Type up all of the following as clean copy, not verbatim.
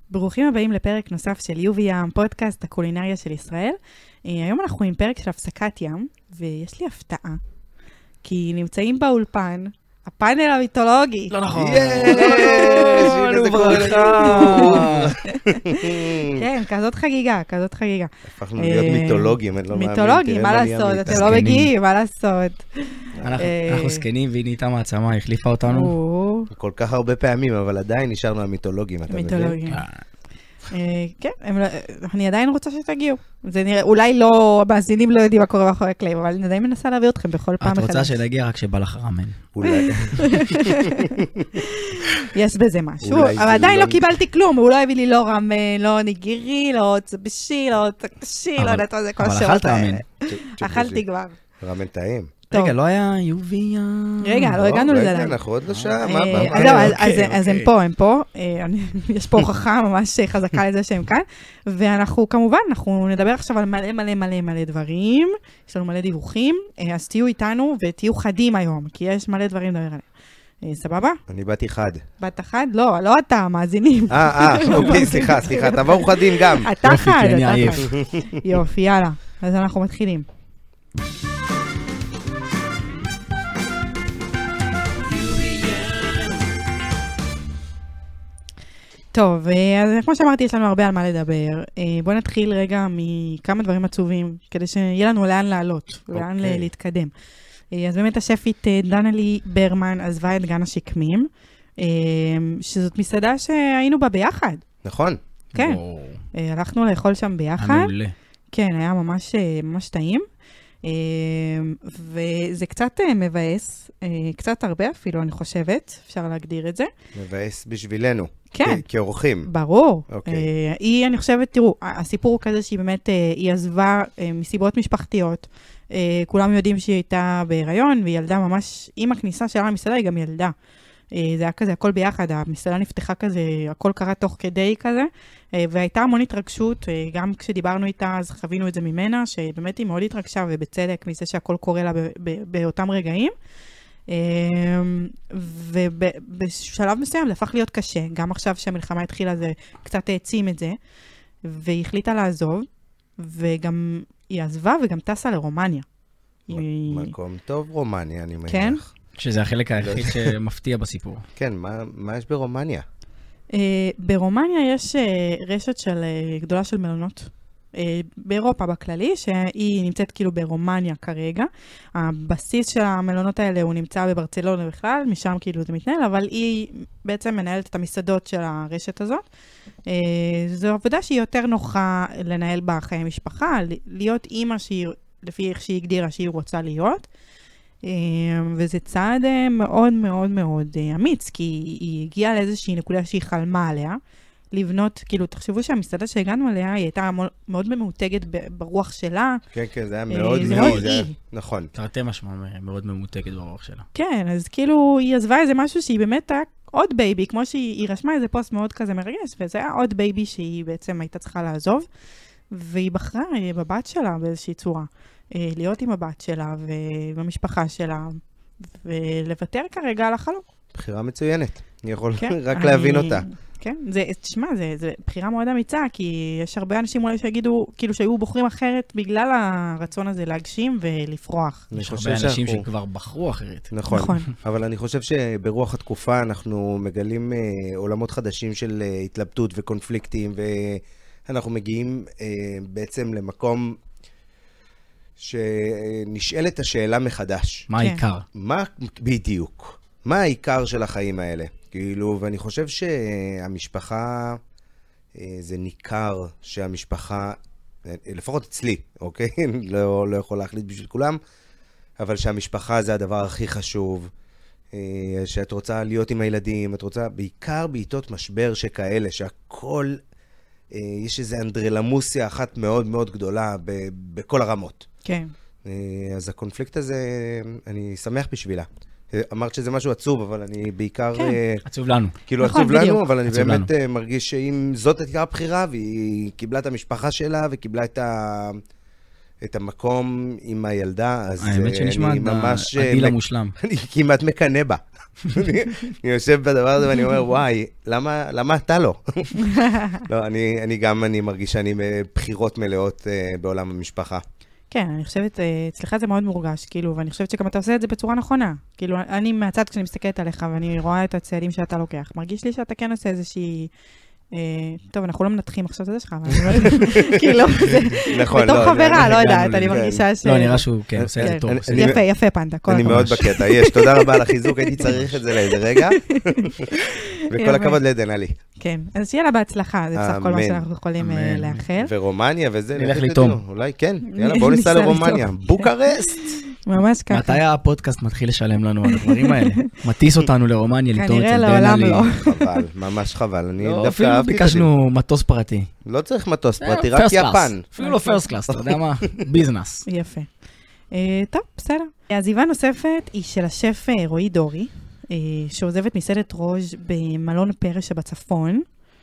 ברוכים הבאים לפרק נוסף של יובי ים, פודקאסט הקולינריה של ישראל. היום אנחנו עם פרק של הפסקת ים, ויש לי הפתעה, כי נמצאים באולפן הפאנל המיתולוגי. לא נכון. כן, כזאת חגיגה, כזאת חגיגה. הפכנו להיות מיתולוגים, אני לא מאמין. מיתולוגים, מה לעשות? אתם לא מגיעים, מה לעשות? אנחנו סקנים והיא נהייתה מעצמה, החליפה אותנו. כל כך הרבה פעמים, אבל עדיין נשארנו המיתולוגים, אתה מבין? מיתולוגים. כן, אני עדיין רוצה שתגיעו. זה נראה, אולי לא, המאזינים לא יודעים מה קורה מאחורי הקלעים, אבל אני עדיין מנסה להביא אתכם בכל פעם מחדש. את רוצה שנגיע רק שבא לך רמן. אולי. יש בזה משהו, אבל עדיין לא קיבלתי כלום, הוא לא הביא לי לא רמן, לא ניגירי, לא צבשי, לא תקשי, לא יודעת מה זה כל אבל אכלת רמן. אכלתי כבר. רמן טעים. רגע, לא היה יובי... רגע, לא הגענו לזה. רגע, אנחנו עוד לא שעה, אז הם פה. יש פה הוכחה ממש חזקה לזה שהם כאן. ואנחנו, כמובן, אנחנו נדבר עכשיו על מלא מלא מלא מלא דברים. יש לנו מלא דיווחים. אז תהיו איתנו ותהיו חדים היום, כי יש מלא דברים לדבר עליהם. סבבה? אני באתי חד. באת חד? לא אתה, מאזינים. אוקיי, סליחה, תבואו חדים גם. אתה חד, אתה חד. יופי, יאללה. אז אנחנו מתחילים. טוב, אז כמו שאמרתי, יש לנו הרבה על מה לדבר. בואו נתחיל רגע מכמה דברים עצובים, כדי שיהיה לנו לאן לעלות, לאן להתקדם. אז באמת השפית דנלי ברמן עזבה את גן השקמים, שזאת מסעדה שהיינו בה ביחד. נכון. כן, הלכנו לאכול שם ביחד. המעולה. כן, היה ממש טעים. וזה קצת מבאס, קצת הרבה אפילו, אני חושבת, אפשר להגדיר את זה. מבאס בשבילנו, כן. כאורחים. ברור. היא, אני חושבת, תראו, הסיפור הוא כזה שהיא באמת, היא עזבה מסיבות משפחתיות. כולם יודעים שהיא הייתה בהיריון, והיא ילדה ממש, עם הכניסה שלה למסעדה, היא גם ילדה. זה היה כזה, הכל ביחד, המסעדה נפתחה כזה, הכל קרה תוך כדי כזה, והייתה המון התרגשות, גם כשדיברנו איתה, אז חווינו את זה ממנה, שבאמת היא מאוד התרגשה, ובצדק, מזה שהכל קורה לה באותם רגעים. ובשלב מסוים זה הפך להיות קשה, גם עכשיו שהמלחמה התחילה, זה קצת העצים את זה, והיא החליטה לעזוב, וגם היא עזבה וגם טסה לרומניה. מקום טוב, רומניה, אני מניח. כן? שזה החלק היחיד שמפתיע בסיפור. כן, מה יש ברומניה? ברומניה יש רשת גדולה של מלונות. באירופה בכללי, שהיא נמצאת כאילו ברומניה כרגע. הבסיס של המלונות האלה הוא נמצא בברצלונה בכלל, משם כאילו זה מתנהל, אבל היא בעצם מנהלת את המסעדות של הרשת הזאת. זו עבודה שהיא יותר נוחה לנהל בה חיי משפחה, להיות אימא שהיא, לפי איך שהיא הגדירה שהיא רוצה להיות. וזה צעד מאוד מאוד מאוד אמיץ, כי היא הגיעה לאיזושהי נקודה שהיא חלמה עליה, לבנות, כאילו, תחשבו שהמסעדה שהגענו עליה, היא הייתה מאוד ממותגת ברוח שלה. כן, זה היה מאוד מאוד, נכון. תרתי משמע מאוד ממותגת ברוח שלה. כן, אז כאילו, היא עזבה איזה משהו שהיא באמת היה עוד בייבי, כמו שהיא רשמה איזה פוסט מאוד כזה מרגש, וזה היה עוד בייבי שהיא בעצם הייתה צריכה לעזוב, והיא בחרה בבת שלה באיזושהי צורה. להיות עם הבת שלה ובמשפחה שלה, ולוותר כרגע על החלום. בחירה מצוינת. אני יכול רק להבין אותה. כן, תשמע, זה בחירה מאוד אמיצה, כי יש הרבה אנשים אולי שיגידו, כאילו שהיו בוחרים אחרת בגלל הרצון הזה להגשים ולפרוח. יש הרבה אנשים שכבר בחרו אחרת. נכון. אבל אני חושב שברוח התקופה אנחנו מגלים עולמות חדשים של התלבטות וקונפליקטים, ואנחנו מגיעים בעצם למקום שנשאלת השאלה מחדש. מה העיקר? בדיוק. מה העיקר של החיים האלה? כאילו, ואני חושב שהמשפחה, זה ניכר שהמשפחה, לפחות אצלי, אוקיי? לא יכול להחליט בשביל כולם, אבל שהמשפחה זה הדבר הכי חשוב, שאת רוצה להיות עם הילדים, את רוצה, בעיקר בעיתות משבר שכאלה, שהכל, יש איזו אנדרלמוסיה אחת מאוד מאוד גדולה בכל הרמות. כן. אז הקונפליקט הזה, אני שמח בשבילה. אמרת שזה משהו עצוב, אבל אני בעיקר... כן, עצוב לנו. כאילו עצוב לנו, אבל אני באמת מרגיש שאם זאת הייתה הבחירה, והיא קיבלה את המשפחה שלה, וקיבלה את המקום עם הילדה, אז האמת שנשמע הדיל המושלם. אני כמעט מקנא בה. אני יושב בדבר הזה ואני אומר, וואי, למה אתה לא? לא, אני מרגיש שאני בחירות מלאות בעולם המשפחה. כן, אני חושבת, אצלך זה מאוד מורגש, כאילו, ואני חושבת שגם אתה עושה את זה בצורה נכונה. כאילו, אני מהצד כשאני מסתכלת עליך ואני רואה את הצעדים שאתה לוקח, מרגיש לי שאתה כן עושה איזושהי... טוב, אנחנו לא מנתחים עכשיו את זה שלך, אבל כאילו, בתור חברה, לא יודעת, אני מרגישה ש... לא, נראה שהוא, כן, עושה את זה טוב. יפה, יפה פנדה, כל הכבוד. אני מאוד בקטע, יש, תודה רבה על החיזוק, הייתי צריך את זה לאיזה רגע, וכל הכבוד לעדן עלי. כן, אז שיהיה לה בהצלחה, זה בסך כל מה שאנחנו יכולים לאחל. ורומניה וזה, נלך ליתום. אולי כן, יאללה, בואו ניסע לרומניה, בוקרסט. ממש ככה. מתי הפודקאסט מתחיל לשלם לנו על הדברים האלה? מטיס אותנו לרומניה, ליטום כנראה לעולם לא. חבל, ממש חבל. אני דווקא אפילו אהבתי את זה. ביקשנו מטוס פרטי. לא צריך מטוס פרטי, רק יפן. אפילו לא פרסט קלאס, אתה יודע מה? ביזנס. יפה. טוב, בסדר. עזיבה נוספת היא של השף רועי דורי, שעוזבת מסעדת רוז' במלון פרש שבצפון.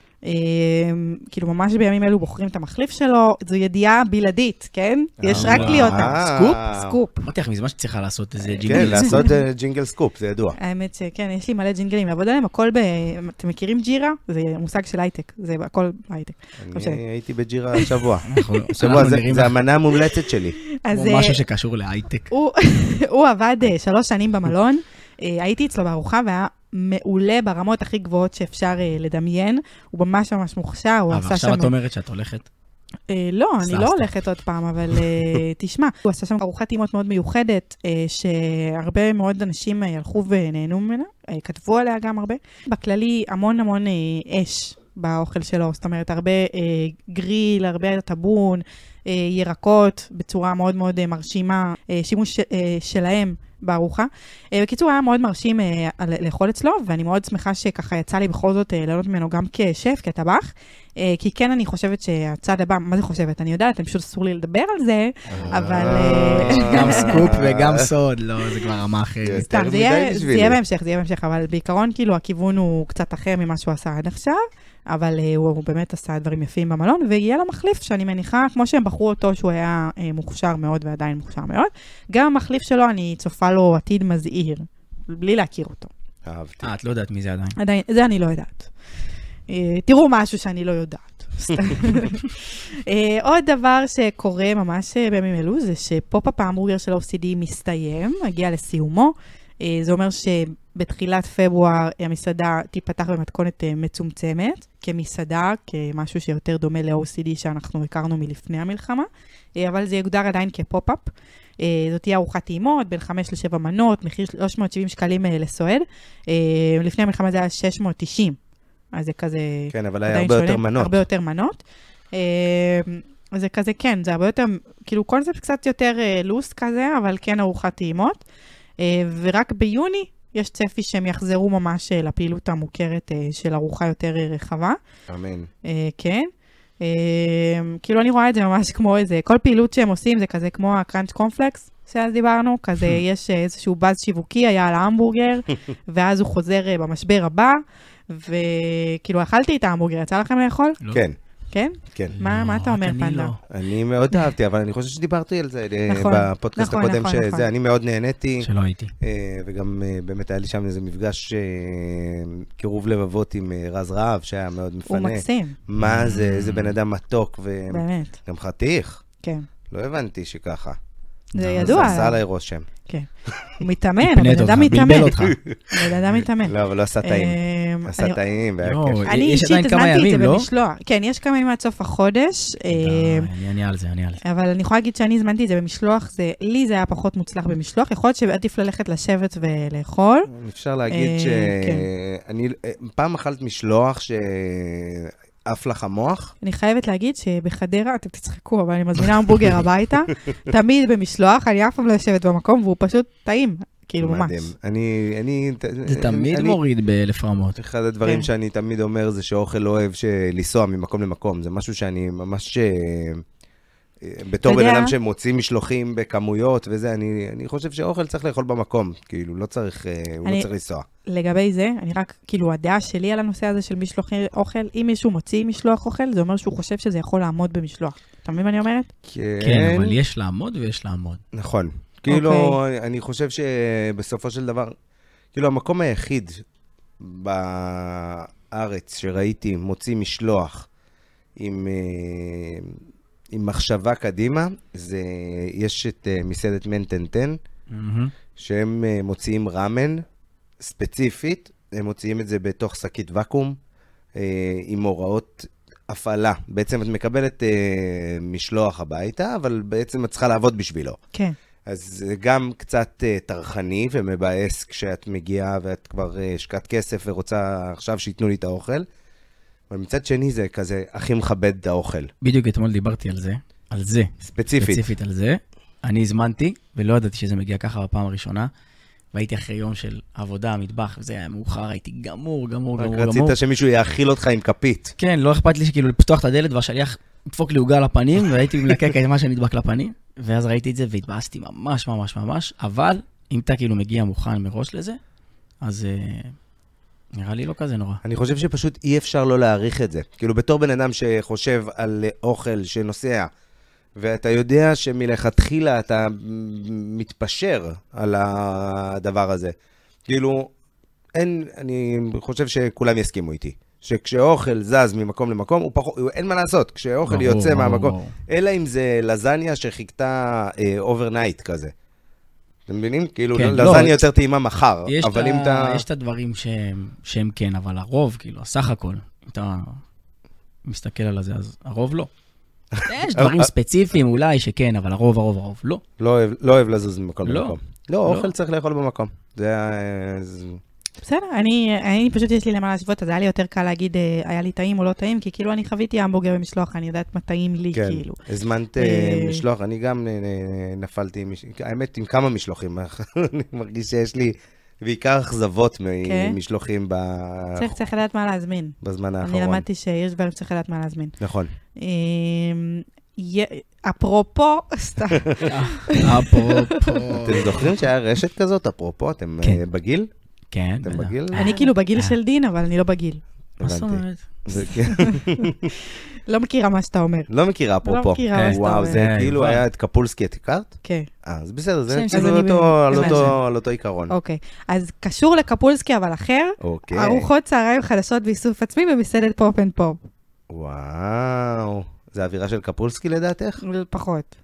כאילו ממש בימים אלו בוחרים את המחליף שלו, זו ידיעה בלעדית, כן? יש רק לי אותה. סקופ? סקופ. אמרתי לך, מזמן שצריכה לעשות איזה כן, ג'ינגל. לעשות ג'ינגל סקופ, זה ידוע. האמת שכן, יש לי מלא ג'ינגלים, לעבוד עליהם, הכל אתם מכירים ג'ירה? זה מושג של הייטק, זה הכל הייטק. אני הייתי בג'ירה השבוע. השבוע זה המנה המומלצת שלי. כמו משהו שקשור להייטק. הוא עבד 3 שנים במלון, הייתי אצלו בארוחה והיה מעולה ברמות הכי גבוהות שאפשר לדמיין. הוא ממש ממש מוכשר, הוא עשה שם... אבל עכשיו את אומרת שאת הולכת? לא, אני לא הולכת עוד פעם, אבל תשמע, הוא עשה שם ארוחת טעימות מאוד מיוחדת, שהרבה מאוד אנשים הלכו ונהנו ממנה, כתבו עליה גם הרבה. בכללי, המון המון אש באוכל שלו, זאת אומרת, הרבה גריל, הרבה טבון, ירקות, בצורה מאוד מאוד מרשימה, שימוש שלהם בארוחה. בקיצור, היה מאוד מרשים לאכול אצלו, ואני מאוד שמחה שככה יצא לי בכל זאת לעלות ממנו גם כשף, כטבח, כי כן אני חושבת שהצד הבא, מה זה חושבת? אני יודעת, פשוט אסור לי לדבר על זה, אבל... גם סקופ וגם סוד, לא, זה כבר רמה אחרת. סתם, זה יהיה בהמשך, אבל בעיקרון כאילו הכיוון הוא קצת אחר ממה שהוא עשה עד עכשיו, אבל הוא באמת עשה דברים יפים במלון, ויהיה לו מחליף שאני מניחה, כמו שהם בחרו אותו שהוא היה מוכשר מאוד ועדיין מוכשר מאוד, גם המחליף שלו אני צופה לו עתיד מזהיר, בלי להכיר אותו. אהבתי. את לא יודעת מי זה עדיין. זה אני לא יודעת. תראו משהו שאני לא יודעת. עוד דבר שקורה ממש בימים אלו, זה שפופ-אפ ההמבורגר של OCD מסתיים, הגיע לסיומו. זה אומר שבתחילת פברואר המסעדה תיפתח במתכונת מצומצמת, כמסעדה, כמשהו שיותר דומה ל-OCD שאנחנו הכרנו מלפני המלחמה, אבל זה יוגדר עדיין כפופ-אפ. זאת תהיה ארוחת טעימות, בין 5 ל-7 מנות, מחיר 370 שקלים לסועד. לפני המלחמה זה היה 690, אז זה כזה... כן, אבל היה הרבה יותר מנות. הרבה יותר מנות. זה כזה, כן, זה הרבה יותר, כאילו קונספט קצת יותר לוס כזה, אבל כן ארוחת טעימות. ורק ביוני יש צפי שהם יחזרו ממש לפעילות המוכרת של ארוחה יותר רחבה. אמן. כן. כאילו אני רואה את זה ממש כמו איזה, כל פעילות שהם עושים זה כזה כמו הקראנץ' קורנפלקס שאז דיברנו, כזה יש איזשהו באז שיווקי היה על ההמבורגר, ואז הוא חוזר במשבר הבא, וכאילו אכלתי את ההמבורגר, יצא לכם לאכול? כן. כן? כן. מה אתה אומר, פנדה? אני מאוד אהבתי, אבל אני חושב שדיברתי על זה בפודקאסט הקודם, שזה אני מאוד נהניתי. שלא הייתי. וגם באמת היה לי שם איזה מפגש קירוב לבבות עם רז רהב, שהיה מאוד מפנה. הוא מקסים. מה זה, איזה בן אדם מתוק, באמת. וגם חתיך. כן. לא הבנתי שככה. זה ידוע. זה עשה עליי רושם. כן. הוא מתאמן, הבן אדם מתאמן. בלבל אותך. הבן אדם מתאמן. לא, אבל לא עשה טעים. עשה טעים, והיה כיף. אני אישית הזמנתי את זה במשלוח. כן, יש כמה ימים עד סוף החודש. אני על זה. אבל אני יכולה להגיד שאני הזמנתי את זה במשלוח, לי זה היה פחות מוצלח במשלוח. יכול להיות שעדיף ללכת לשבת ולאכול. אפשר להגיד שאני פעם אכלת משלוח עף לך המוח. אני חייבת להגיד שבחדרה, אתם תצחקו, אבל אני מזמינה המבורגר הביתה, תמיד במשלוח, אני אף פעם לא יושבת במקום, והוא פשוט טעים, כאילו ממש. זה תמיד מוריד באלף רמות. אחד הדברים שאני תמיד אומר זה שאוכל לא אוהב לנסוע ממקום למקום, זה משהו שאני ממש בתור אתה בן יודע- אדם שמוציא משלוחים בכמויות וזה, אני חושב שאוכל צריך לאכול במקום, כאילו, לא צריך, הוא לא צריך לנסוע. לגבי זה, אני רק, כאילו, הדעה שלי על הנושא הזה של משלוחי אוכל, אם מישהו מוציא משלוח אוכל, זה אומר שהוא חושב שזה יכול לעמוד במשלוח. אתה מבין מה אני אומרת? כן, אבל יש לעמוד ויש לעמוד. נכון. כאילו, אני חושב שבסופו של דבר, כאילו, המקום היחיד בארץ שראיתי מוציא משלוח עם מחשבה קדימה, יש את מסעדת מנטנטן, שהם מוציאים רמן ספציפית, הם מוציאים את זה בתוך שקית וקום, עם הוראות הפעלה. בעצם את מקבלת משלוח הביתה, אבל בעצם את צריכה לעבוד בשבילו. כן. אז זה גם קצת טרחני ומבאס כשאת מגיעה ואת כבר השקעת כסף ורוצה עכשיו שיתנו לי את האוכל. אבל מצד שני זה כזה הכי מכבד את האוכל. בדיוק אתמול דיברתי על זה. ספציפית על זה. אני הזמנתי, ולא ידעתי שזה מגיע ככה בפעם הראשונה, והייתי אחרי יום של עבודה, מטבח, וזה היה מאוחר, הייתי גמור. רק רצית שמישהו יאכיל אותך עם כפית. כן, לא אכפת לי שכאילו לפתוח את הדלת והשליח ידפוק לי עוגה לפנים, והייתי מלקק את מה שנדבק לפנים, ואז ראיתי את זה והתבאסתי ממש, אבל אם אתה כאילו מגיע מוכן מראש לזה, אז נראה לי לא כזה נורא. אני חושב שפשוט אי אפשר לא להעריך את זה. כאילו בתור בן אדם שחושב על אוכל שנוסע, ואתה יודע שמלכתחילה אתה מתפשר על הדבר הזה. כאילו, אני חושב שכולם יסכימו איתי. שכשאוכל זז ממקום למקום, אין מה לעשות. כשאוכל יוצא מהמקום, אלא אם זה לזניה שחיכתה אוברנייט כזה. אתם מבינים? כאילו, לזניה יותר טעימה מחר. אבל אם אתה... יש את הדברים שהם כן, אבל הרוב, כאילו, הסך הכל, אם אתה מסתכל על זה, אז הרוב לא. יש דברים ספציפיים אולי שכן, אבל הרוב לא. לא אוהב לזוז ממקום למקום. לא, אוכל צריך לאכול במקום. בסדר, אני פשוט יש לי למה להשוות, אז היה לי יותר קל להגיד, היה לי טעים או לא טעים, כי כאילו אני חוויתי המבורגר במשלוח, אני יודעת מה טעים לי, כאילו. כן, הזמנת משלוח, אני גם נפלתי, האמת עם כמה משלוחים, אני מרגיש שיש לי בעיקר אכזבות ממשלוחים צריך לדעת מה להזמין. בזמן האחרון. אני למדתי שיש דברים שצריך לדעת מה להזמין. נכון. אפרופו, סתם. אתם זוכרים שהיה רשת כזאת, אפרופו, אתם בגיל? כן. אתם בגיל? אני כאילו בגיל של דין, אבל אני לא בגיל. מה זאת אומרת? לא מכירה מה שאתה אומר. לא מכירה אפרופו. לא מכירה מה שאתה אומר. וואו, זה כאילו היה את קפולסקי, את הכרת? כן. אז בסדר, זה כאילו על אותו עיקרון. אוקיי, אז קשור לקפולסקי, אבל אחר, ארוחות צהריים חדשות באיסוף עצמי במסעדת פופ אנד פופ. וואו, זה אווירה של קפולסקי לדעתך? פחות.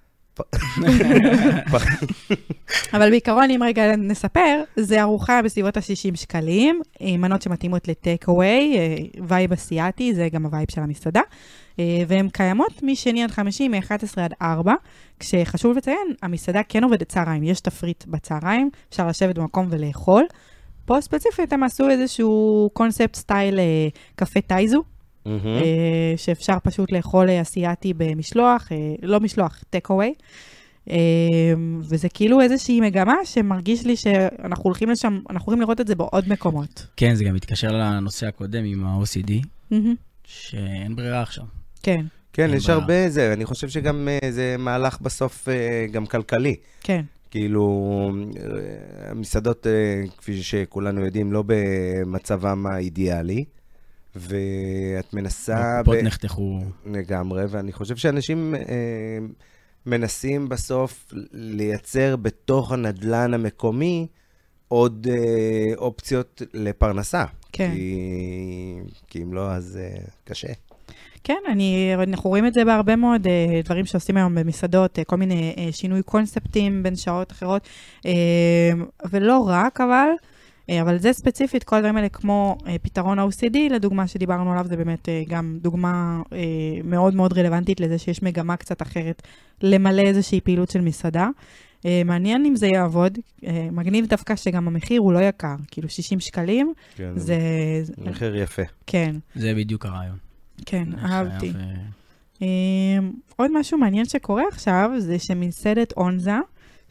אבל בעיקרון, אם רגע נספר, זה ארוחה בסביבות ה-60 שקלים, מנות שמתאימות לטייק-אווי, וייב אסיאטי, זה גם הווייב של המסעדה, והן קיימות משני עד חמישי, מ-11 עד 4, כשחשוב לציין, המסעדה כן עובדת צהריים, יש תפריט בצהריים, אפשר לשבת במקום ולאכול. פה ספציפית הם עשו איזשהו קונספט סטייל קפה טייזו, שאפשר פשוט לאכול אסיאטי במשלוח, לא משלוח, טייק-אווי. וזה כאילו איזושהי מגמה שמרגיש לי שאנחנו הולכים לשם, אנחנו הולכים לראות את זה בעוד מקומות. כן, זה גם מתקשר לנושא הקודם עם ה-OCD, שאין ברירה עכשיו. כן. כן, יש הרבה זה, אני חושב שגם זה מהלך בסוף גם כלכלי. כן. כאילו, המסעדות, כפי שכולנו יודעים, לא במצבם האידיאלי. ואת מנסה... הקופות נחתכו. לגמרי, ואני חושב שאנשים מנסים בסוף לייצר בתוך הנדלן המקומי עוד אופציות לפרנסה. כן. כי אם לא, אז קשה. כן, אנחנו רואים את זה בהרבה מאוד דברים שעושים היום במסעדות, כל מיני שינוי קונספטים בין שעות אחרות, ולא רק, אבל זה ספציפית, כל הדברים האלה כמו פתרון OCD, לדוגמה שדיברנו עליו, זה באמת גם דוגמה מאוד מאוד רלוונטית לזה שיש מגמה קצת אחרת, למלא איזושהי פעילות של מסעדה. מעניין אם זה יעבוד, מגניב דווקא שגם המחיר הוא לא יקר, כאילו 60 שקלים. כן, זה מחיר יפה. כן. זה בדיוק הרעיון. כן, אהבתי. עוד משהו מעניין שקורה עכשיו, זה שמסעדת אונזה,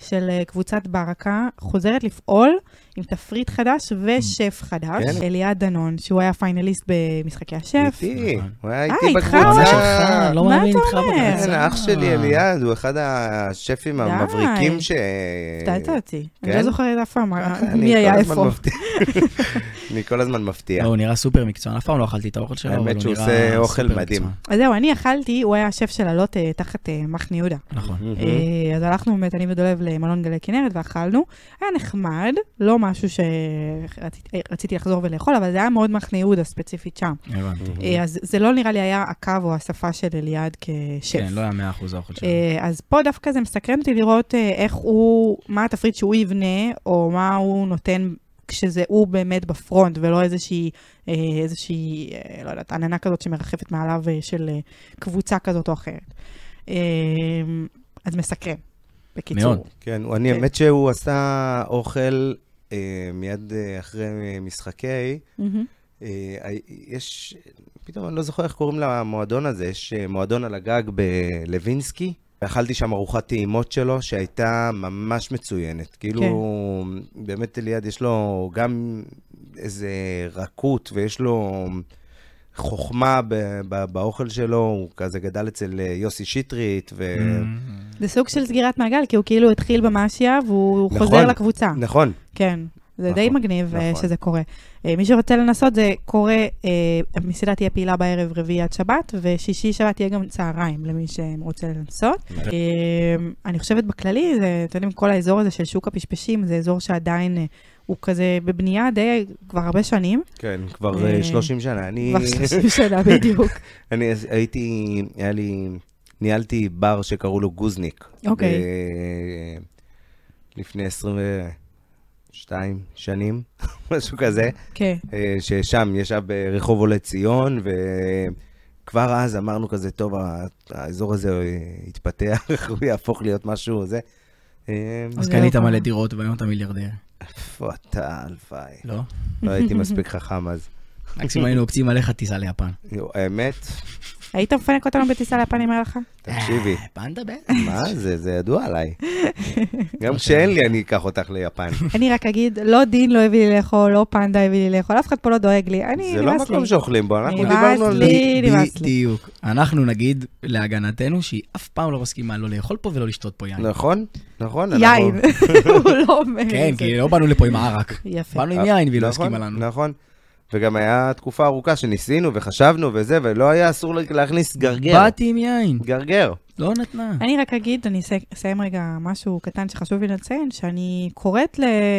של קבוצת ברקה, חוזרת לפעול עם תפריט חדש ושף חדש, אליעד דנון, שהוא היה פיינליסט במשחקי השף. איתי, הוא היה איתי איתך? בקבוצה. לא מאמין איתך אומר? בקבוצה. אח שלי אליעד, הוא אחד השפים המבריקים הפתעת אותי. אני כן? לא זוכרת אף פעם אני מי כל היה הזמן איפה. מפתיע. אני כל הזמן מפתיע. לא, הוא נראה סופר מקצוען, אף פעם לא אכלתי את האוכל שלו, אבל האמת הוא שהוא נראה עושה אוכל סופר מדהים. מקצוען. אז זהו, אני אכלתי, הוא היה השף של עלות תחת מחנה יהודה. נכון. אז הלכנו באמת, אני ודולב למלון גלי כנרת ואכלנו. היה נחמד, לא משהו שרציתי לחזור ולאכול, אבל זה היה מאוד מחנה יהודה ספציפית שם. הבנתי. אז זה לא נראה לי היה הקו או השפה של אליעד כשף. כן, לא היה 100% האוכל שלו. אז פה דווקא זה מסקרן אותי לראות איך הוא, מה התפריט שהוא יבנה, או מה הוא נותן כשזה הוא באמת בפרונט, ולא איזושהי, לא יודעת, עננה כזאת שמרחפת מעליו של קבוצה כזאת או אחרת. אז מסקרן, בקיצור. מאוד. כן, אני האמת שהוא עשה אוכל מיד אחרי משחקי. יש, פתאום אני לא זוכר איך קוראים למועדון הזה, יש מועדון על הגג בלווינסקי, ואכלתי שם ארוחת טעימות שלו, שהייתה ממש מצוינת. כאילו, באמת אליעד יש לו גם איזה רכות, ויש לו חוכמה באוכל שלו, הוא כזה גדל אצל יוסי שטרית, זה סוג של סגירת מעגל, כי הוא כאילו התחיל במשיה, והוא חוזר לקבוצה. נכון. כן. זה די מגניב שזה קורה. מי שרוצה לנסות, זה קורה, המסילה תהיה פעילה בערב רביעי עד שבת, ושישי שבת תהיה גם צהריים, למי שרוצה לנסות. אני חושבת בכללי, אתם יודעים, כל האזור הזה של שוק הפשפשים, זה אזור שעדיין הוא כזה בבנייה די כבר הרבה שנים. כן, כבר 30 שנה. כבר 30 שנה, בדיוק. אני ניהלתי בר שקראו לו גוזניק. אוקיי. לפני 22 שנים, משהו כזה. כן. ששם ישב ברחוב עולי ציון, וכבר אז אמרנו כזה, טוב, האזור הזה יתפתח, הוא יהפוך להיות משהו, זה. אז קנית מלא דירות, והיום אתה מיליארדר. איפה אתה, אלפאי? לא? לא הייתי מספיק חכם אז. מקסימום היינו עוקצים עליך טיסה ליפן. האמת? היית מפנק אותנו בטיסה ליפן אם היה לך? תקשיבי. פנדה בטח. מה זה? זה ידוע עליי. גם כשאין לי, אני אקח אותך ליפן. אני רק אגיד, לא דין לא הביא לי לאכול, לא פנדה הביא לי לאכול, אף אחד פה לא דואג לי. זה לא מקום שאוכלים בו, אנחנו נמאס דיברנו על לי. בדיוק. אנחנו נגיד להגנתנו שהיא אף פעם לא מסכימה לא לאכול פה ולא לשתות פה יין. נכון, נכון. יין, הוא לא אומר. כן, כי לא באנו לפה עם הערק. יפה. באנו עם יין והיא לא הסכימה לנו. נכון. וגם היה תקופה ארוכה שניסינו וחשבנו וזה, ולא היה אסור להכניס גרגר. באתי עם יין. גרגר. לא נתנה. אני רק אגיד, אני אסיים רגע משהו קטן שחשוב לי לציין, שאני קוראת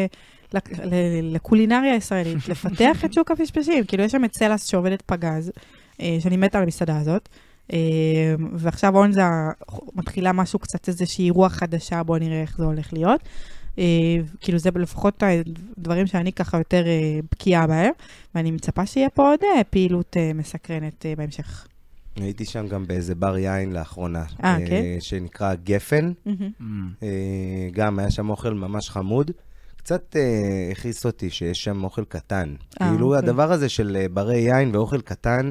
לקולינריה הישראלית, לפתח את שוק הפשפשים. כאילו, יש שם את סלס שעובדת פגז, שאני מתה על המסעדה הזאת, ועכשיו אונזה מתחילה משהו קצת איזושהי רוח חדשה, בואו נראה איך זה הולך להיות. כאילו זה לפחות דברים שאני ככה יותר בקיאה בהם, ואני מצפה שיהיה פה עוד פעילות מסקרנת בהמשך. הייתי שם גם באיזה בר יין לאחרונה, כן? שנקרא גפן. גם היה שם אוכל ממש חמוד. קצת הכיס אותי שיש שם אוכל קטן. כאילו הדבר הזה של ברי יין ואוכל קטן,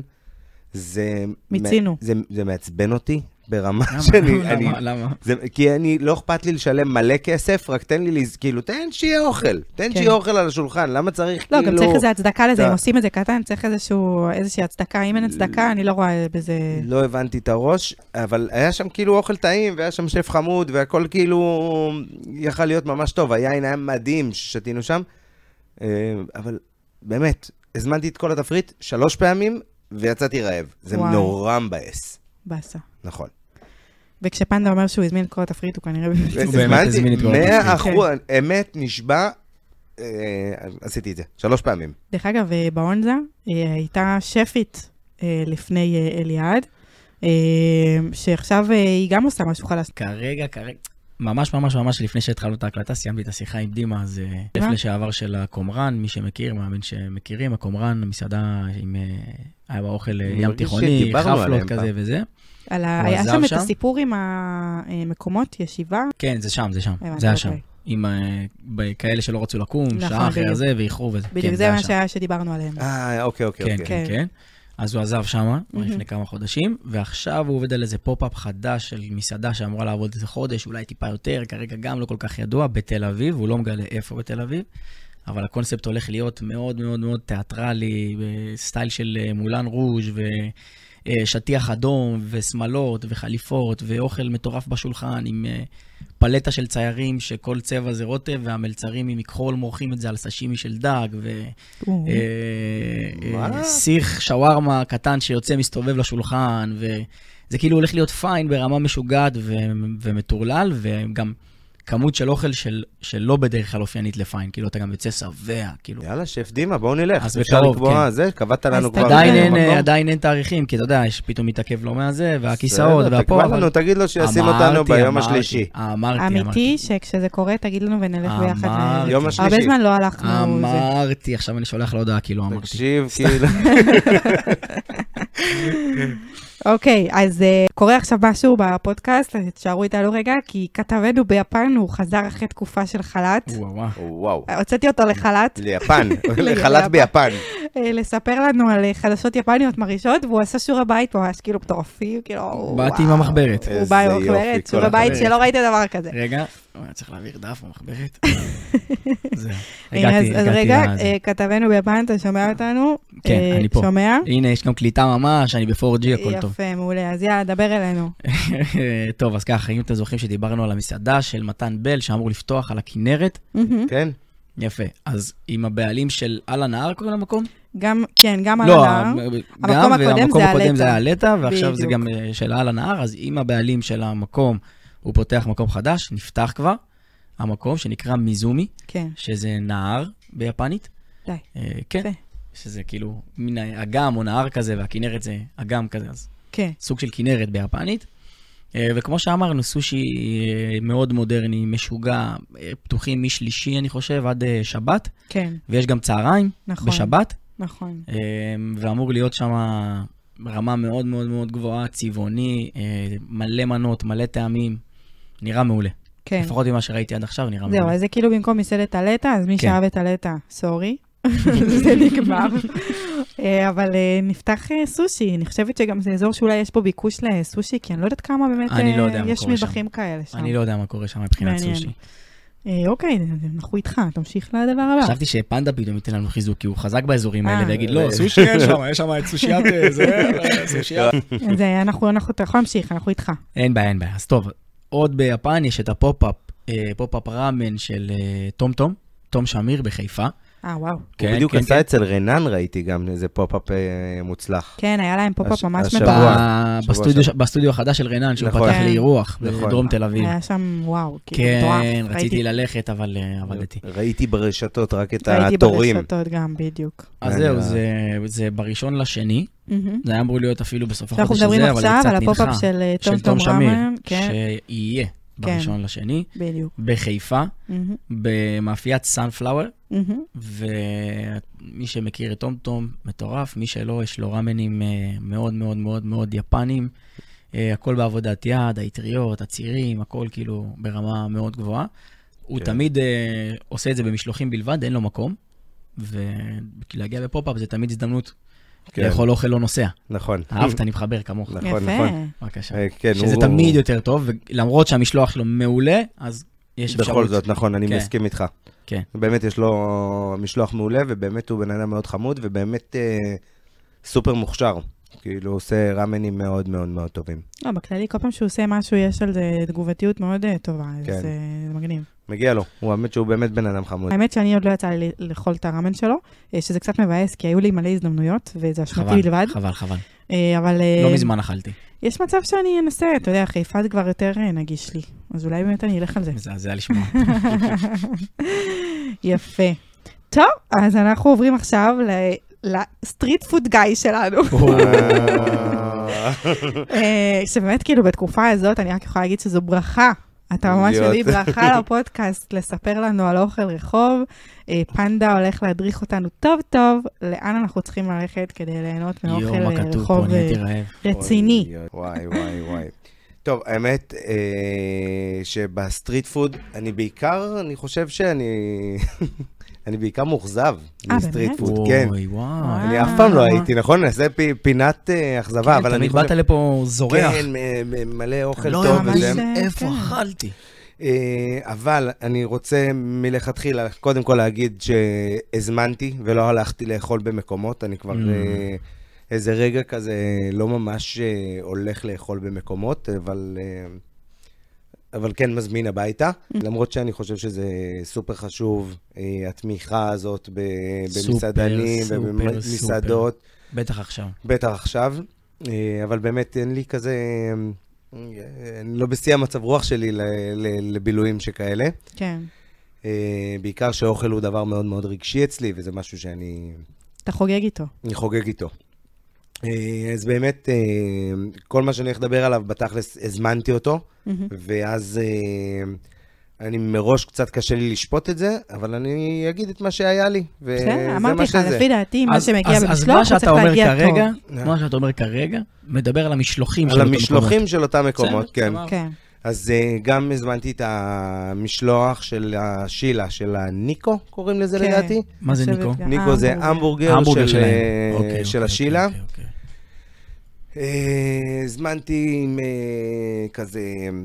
מיצינו. זה מעצבן אותי. ברמה שאני... למה? כי אני לא אכפת לי לשלם מלא כסף, רק תן לי, כאילו, תן שיהיה אוכל. תן שיהיה אוכל על השולחן. למה צריך כאילו... לא, גם צריך איזו הצדקה לזה. אם עושים את זה קטן, צריך איזושהי הצדקה. אם אין הצדקה, אני לא רואה בזה... לא הבנתי את הראש, אבל היה שם כאילו אוכל טעים, והיה שם שף חמוד, והכל כאילו יכל להיות ממש טוב. היין היה מדהים ששתינו שם. אבל באמת, הזמנתי את כל התפריט 3 פעמים, ויצאתי רעב. זה נורא מבאס. בסה. נכון. וכשפנדה אומר שהוא הזמין את כל התפריט, הוא כנראה... הוא באמת הזמין את כל התפריט. 100%, אמת נשבע, עשיתי את זה 3 פעמים. דרך אגב, באונזה הייתה שפית לפני אליעד, שעכשיו היא גם עושה משהו חלס. כרגע, ממש לפני שהתחלנו את ההקלטה, סיימתי את השיחה עם דימה, זה שף לשעבר של הקומרן, מי שמכיר, מאמין שמכירים, הקומרן, המסעדה היה באוכל ים תיכוני, חפלות כזה וזה. היה שם את הסיפור עם המקומות ישיבה? כן, זה שם, זה היה שם. עם כאלה שלא רצו לקום, שעה אחרי זה, ואיחרו וזה. בדיוק, זה מה שהיה שדיברנו עליהם. אוקיי. כן. אז הוא עזב שם לפני כמה חודשים, ועכשיו הוא עובד על איזה פופ-אפ חדש של מסעדה שאמורה לעבוד איזה חודש, אולי טיפה יותר, כרגע גם לא כל כך ידוע, בתל אביב, הוא לא מגלה איפה בתל אביב, אבל הקונספט הולך להיות מאוד מאוד מאוד תיאטרלי, בסטייל של מולן רוז' ושטיח אדום, ושמלות, וחליפות, ואוכל מטורף בשולחן, עם פלטה של ציירים, שכל צבע זה רוטב, והמלצרים עם מכחול מורחים את זה על סשימי של דג, וסיך שווארמה קטן שיוצא מסתובב לשולחן, וזה כאילו הולך להיות פיין ברמה משוגעת ומטורלל, וגם כמות של אוכל שלא בדרך כלל אופיינית לפיין, כאילו אתה גם יוצא שבע, כאילו. יאללה, שף דימה, בואו נלך. אז אפשר בקרוב, לקבוע כן. זה, קבעת לנו כבר. עדיין אין תאריכים, כי אתה יודע, יש פתאום מתעכב לא מהזה, והכיסאות, בסדר, והפה, תקבע לנו, תגיד לו שישים אותנו ביום השלישי. אמיתי, שכשזה קורה, תגיד לנו ונלך ביחד. יום השלישי. הרבה זמן לא הלכנו. אמרתי, עכשיו אני שולח להודעה, כאילו אמרתי. תקשיב, כאילו. אוקיי, אז קורה עכשיו משהו בפודקאסט, אז תשארו איתנו רגע, כי כתבנו ביפן, הוא חזר אחרי תקופה של חל"ת. וואו. הוצאתי אותו לחל"ת. ליפן, לחל"ת ביפן. לספר לנו על חדשות יפניות מרעישות, והוא עשה שיעורי בית ממש כאילו מטורפים, כאילו... באתי עם המחברת. הוא בא עם המחברת, שיעורי בית שלא ראיתי דבר כזה. רגע, צריך להעביר דף המחברת. אז רגע, כתבנו ביפן, אתה שומע אותנו? כן, אני פה. שומע? הנה, יש גם קליטה ממש, אני ב-4G, הכל טוב. יפה, מעולה, אז יאללה, דבר אלינו. טוב, אז ככה, אם אתם זוכרים שדיברנו על המסעדה של מתן בל, שאמור לפתוח על הכנרת. כן. יפה, אז עם הבעלים של על הנהר קוראים למקום? כן, גם על הנהר. המקום הקודם זה היה הלטה, ועכשיו זה גם של על הנהר, אז עם הבעלים של המקום, הוא פותח מקום חדש, נפתח כבר, המקום שנקרא מיזומי, שזה נהר ביפנית. די. כן, שזה כאילו מין אגם או נהר כזה, והכנרת זה אגם כזה, אז סוג של כנרת ביפנית. וכמו שאמרנו, סושי מאוד מודרני, משוגע, פתוחים משלישי, אני חושב, עד שבת. כן. ויש גם צהריים בשבת. נכון. ואמור להיות שם רמה מאוד מאוד מאוד גבוהה, צבעוני, מלא מנות, מלא טעמים. נראה מעולה. כן. לפחות ממה שראיתי עד עכשיו, נראה מעולה. זהו, אז זה כאילו במקום מסעדת הלטה, אז מי שאהב את הלטה, סורי. זה נגמר. אבל נפתח סושי, אני חושבת שגם זה אזור שאולי יש פה ביקוש לסושי, כי אני לא יודעת כמה באמת יש מטבחים כאלה שם. אני לא יודע מה קורה שם מבחינת סושי. אוקיי, אנחנו איתך, תמשיך לדבר הבא. חשבתי שפנדה פתאום ייתן לנו חיזוק, כי הוא חזק באזורים האלה, ויגיד, לא, סושי אין שם, יש שם את סושיית זה, סושיית. אתה יכול להמשיך, אנחנו איתך. אין בעיה. אז טוב, עוד ביפן יש את הפופ-אפ ראמן של תום שמיר בחיפה. וואו. הוא בדיוק עשה אצל רנן, ראיתי גם איזה פופ-אפ מוצלח. כן, היה להם פופ-אפ ממש בסטודיו החדש של רנן, שהוא פתח לאירוח בדרום תל אביב. היה שם, וואו. כן, רציתי ללכת, אבל עבדתי. ראיתי ברשתות רק את התורים. ראיתי ברשתות גם, בדיוק. אז זהו, זה בראשון לשני. זה היה אמור להיות אפילו בסוף החודש הזה, אבל זה קצת נדחה. אנחנו מדברים עכשיו על הפופ-אפ של תום ראמן. שיהיה. בראשון לשני, בדיוק. בחיפה, במאפיית סנפלאואר, ומי שמכיר את טום מטורף, מי שלא, יש לו רמנים מאוד מאוד מאוד מאוד יפנים, הכל בעבודת יד, היטריות, הצירים, הכל כאילו ברמה מאוד גבוהה. הוא תמיד עושה את זה במשלוחים בלבד, אין לו מקום, ולהגיע בפופ-אפ זה תמיד הזדמנות לאכול אוכל לא נוסע. נכון. אהבת, אני מחבר כמוך. נכון. בבקשה. שזה תמיד יותר טוב, ולמרות שהמשלוח שלו מעולה, אז יש אפשרות. בכל זאת, נכון, אני מסכים איתך. כן. באמת יש לו משלוח מעולה, ובאמת הוא בן אדם מאוד חמוד, ובאמת סופר מוכשר. כאילו הוא עושה רמנים מאוד מאוד מאוד טובים. לא, בכללי, כל פעם שהוא עושה משהו, יש על זה תגובתיות מאוד טובה, אז זה מגניב. מגיע לו, הוא האמת שהוא באמת בן אדם חמוד. האמת שאני עוד לא יצא לי לאכול את הרמן שלו, שזה קצת מבאס, כי היו לי מלא הזדמנויות, וזה אשמתי בלבד. חבל. אבל... לא מזמן אכלתי. יש מצב שאני אנסה, אתה יודע, חיפה זה כבר יותר נגיש לי, אז אולי באמת אני אלך על זה. זה היה לשמוע. יפה. טוב, אז אנחנו עוברים עכשיו לסטריט פוד גאי שלנו. שבאמת כאילו בתקופה הזאת, אני רק יכולה להגיד שזו ברכה. אתה ממש מביא ברכה לפודקאסט, לספר לנו על אוכל רחוב. פנדה הולך להדריך אותנו טוב טוב, לאן אנחנו צריכים ללכת כדי ליהנות מאוכל רחוב רציני. וואי. טוב, האמת שבסטריט פוד, אני בעיקר, אני חושב שאני אני בעיקר מאוכזב מסטריט באמת? פוד, כן. אוי, וואו. אני אף פעם לא הייתי, נכון? נעשה פינת אכזבה, אבל אני תמיד באת לפה זורח. כן, מלא אוכל לא טוב ממש, וזה. איפה כן. אכלתי? אבל אני רוצה מלכתחילה קודם כל להגיד שהזמנתי ולא הלכתי לאכול במקומות, אני כבר איזה רגע כזה לא ממש הולך לאכול במקומות, אבל כן מזמין הביתה, למרות שאני חושב שזה סופר חשוב, התמיכה הזאת במסעדנים ובמסעדות. בטח עכשיו. בטח עכשיו, אבל באמת אין לי כזה, אני לא בשיא המצב רוח שלי לבילויים שכאלה. כן. בעיקר שאוכל הוא דבר מאוד מאוד רגשי אצלי, וזה משהו שאני... אתה חוגג איתו. אני חוגג איתו. אז באמת, כל מה שאני הולך לדבר עליו, בתכלס הזמנתי אותו, ואז אני מראש קצת קשה לי לשפוט את זה, אבל אני אגיד את מה שהיה לי, וזה מה שזה. אמרתי לך, לפי דעתי, מה שמגיע אז במשלוח, מה הוא צריך שאתה אומר להגיע כרגע, טוב. מה שאתה אומר כרגע, מדבר על המשלוחים של על אותם מקומות. המשלוחים של אותם מקומות, כן. כן. אז גם הזמנתי את המשלוח של השילה, של הניקו, קוראים לזה כן. לדעתי. מה זה ניקו? ניקו זה המבורגר של השילה. הזמנתי עם כזה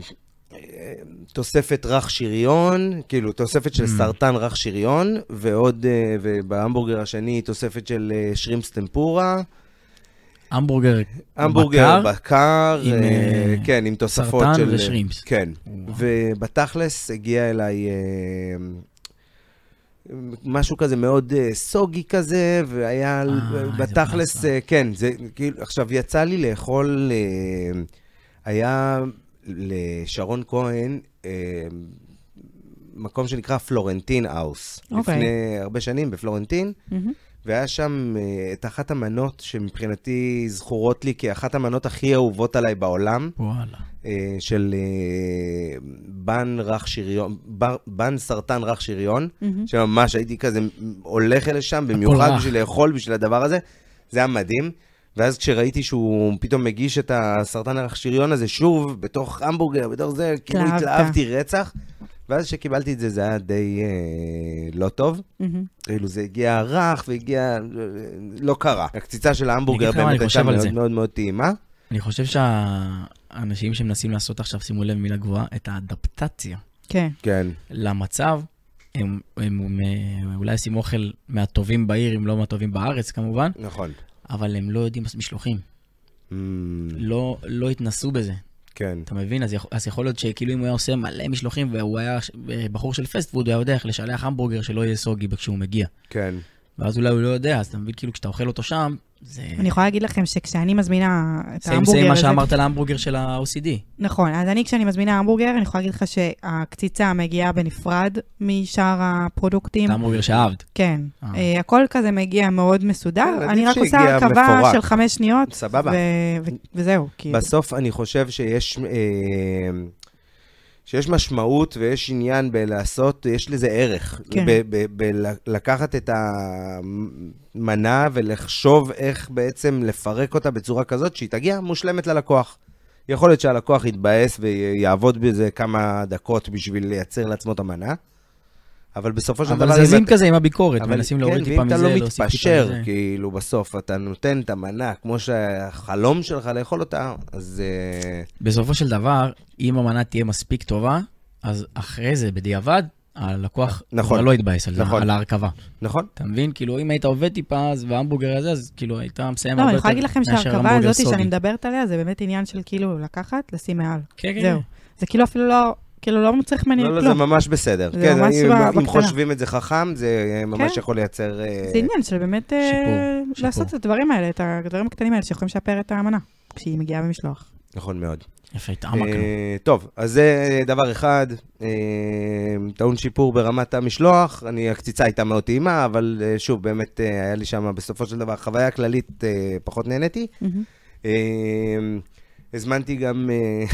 תוספת רך שריון, כאילו תוספת של סרטן רך שריון, ועוד, ובהמבורגר השני תוספת של שרימפס טמפורה. המבורגר בקר, כן, עם תוספות של... סרטן ושרימפס. כן, ובתכלס הגיע אליי משהו כזה מאוד סוגי כזה, והיה בתכלס, כן, זה כאילו, עכשיו יצא לי לאכול, היה לשרון כהן, מקום שנקרא פלורנטין האוס, לפני הרבה שנים בפלורנטין, והיה שם את אחת המנות שמבחינתי זכורות לי כאחת המנות הכי אהובות עליי בעולם. וואלה. של בן רך שריון, בן סרטן רך שריון, שממש הייתי כזה הולך אל לשם, במיוחד בשביל לאכול, בשביל הדבר הזה. זה היה מדהים. ואז כשראיתי שהוא פתאום מגיש את הסרטן רך שריון הזה שוב, בתוך המבורגר, בתוך זה, כאילו התלהבתי רצח. ואז שקיבלתי את זה, זה היה די לא טוב. כאילו זה הגיע רך והגיע, לא קרה. הקציצה של ההמבורגר באמת הייתה מאוד מאוד מאוד טעימה. אני חושב שהאנשים שמנסים לעשות עכשיו, שימו לב מילה גבוהה, את האדפטציה. כן. כן. למצב, הם אולי עושים אוכל מהטובים בעיר, אם לא מהטובים בארץ כמובן. נכון. אבל הם לא יודעים משלוחים. לא התנסו בזה. כן. אתה מבין? אז יכול להיות שכאילו אם הוא היה עושה מלא משלוחים, והוא היה בחור של פסט פוד, הוא היה יודע איך לשלח המבורגר שלא יהיה סוגי כשהוא מגיע. כן. ואז אולי הוא לא יודע, אז אתה מבין כאילו כשאתה אוכל אותו שם, זה... אני יכולה להגיד לכם שכשאני מזמינה את ההמבורגר... זה מה שאמרת להמבורגר של ה-OCD. נכון, אז כשאני מזמינה המבורגר, אני יכולה להגיד לך שהקציצה מגיעה בנפרד משאר הפרודוקטים. ההמבורגר שאהבת. כן. הכל כזה מגיע מאוד מסודר. אני רק עושה הרכבה של 5 שניות. סבבה. וזהו. בסוף אני חושב שיש משמעות ויש עניין בלעשות, יש לזה ערך. כן. לקחת את המנה ולחשוב איך בעצם לפרק אותה בצורה כזאת שהיא תגיע מושלמת ללקוח. יכול להיות שהלקוח יתבאס ויעבוד בזה כמה דקות בשביל לייצר לעצמו את המנה, אבל בסופו של דבר... אבל זזים כזה עם הביקורת, מנסים להוריד טיפה מזה, ואם אתה לא מתפשר, כאילו בסוף אתה נותן את המנה כמו שהחלום שלך לאכול אותה, אז... בסופו של דבר, אם המנה תהיה מספיק טובה, אז אחרי זה, בדיעבד, הלקוח לא יתבאס על זה, על ההרכבה. נכון. אתה מבין? כאילו, אם היית עובד טיפה, וההמבורגר הזה, אז כאילו, היית מסיים הרבה יותר... לא, אני יכולה להגיד לכם שההרכבה הזאת שאני מדברת עליה, זה באמת עניין של כאילו לקחת, לשים מעל. כן, כן. זהו. זה כאילו אפילו לא... כאילו לא צריך ממני כלום. לא, זה ממש בסדר. זה ממש אם חושבים את זה חכם, זה ממש יכול לייצר... זה עניין של באמת לעשות את הדברים האלה, את הדברים הקטנים האלה שיכולים לשפר את האמנה, כשהיא מגיעה במשלוח. נכון מאוד. יפה, התעמקנו. טוב, אז זה דבר אחד, טעון שיפור ברמת המשלוח, הקציצה הייתה מאוד טעימה, אבל שוב, באמת היה לי שם בסופו של דבר חוויה כללית פחות נהניתי. הזמנתי גם...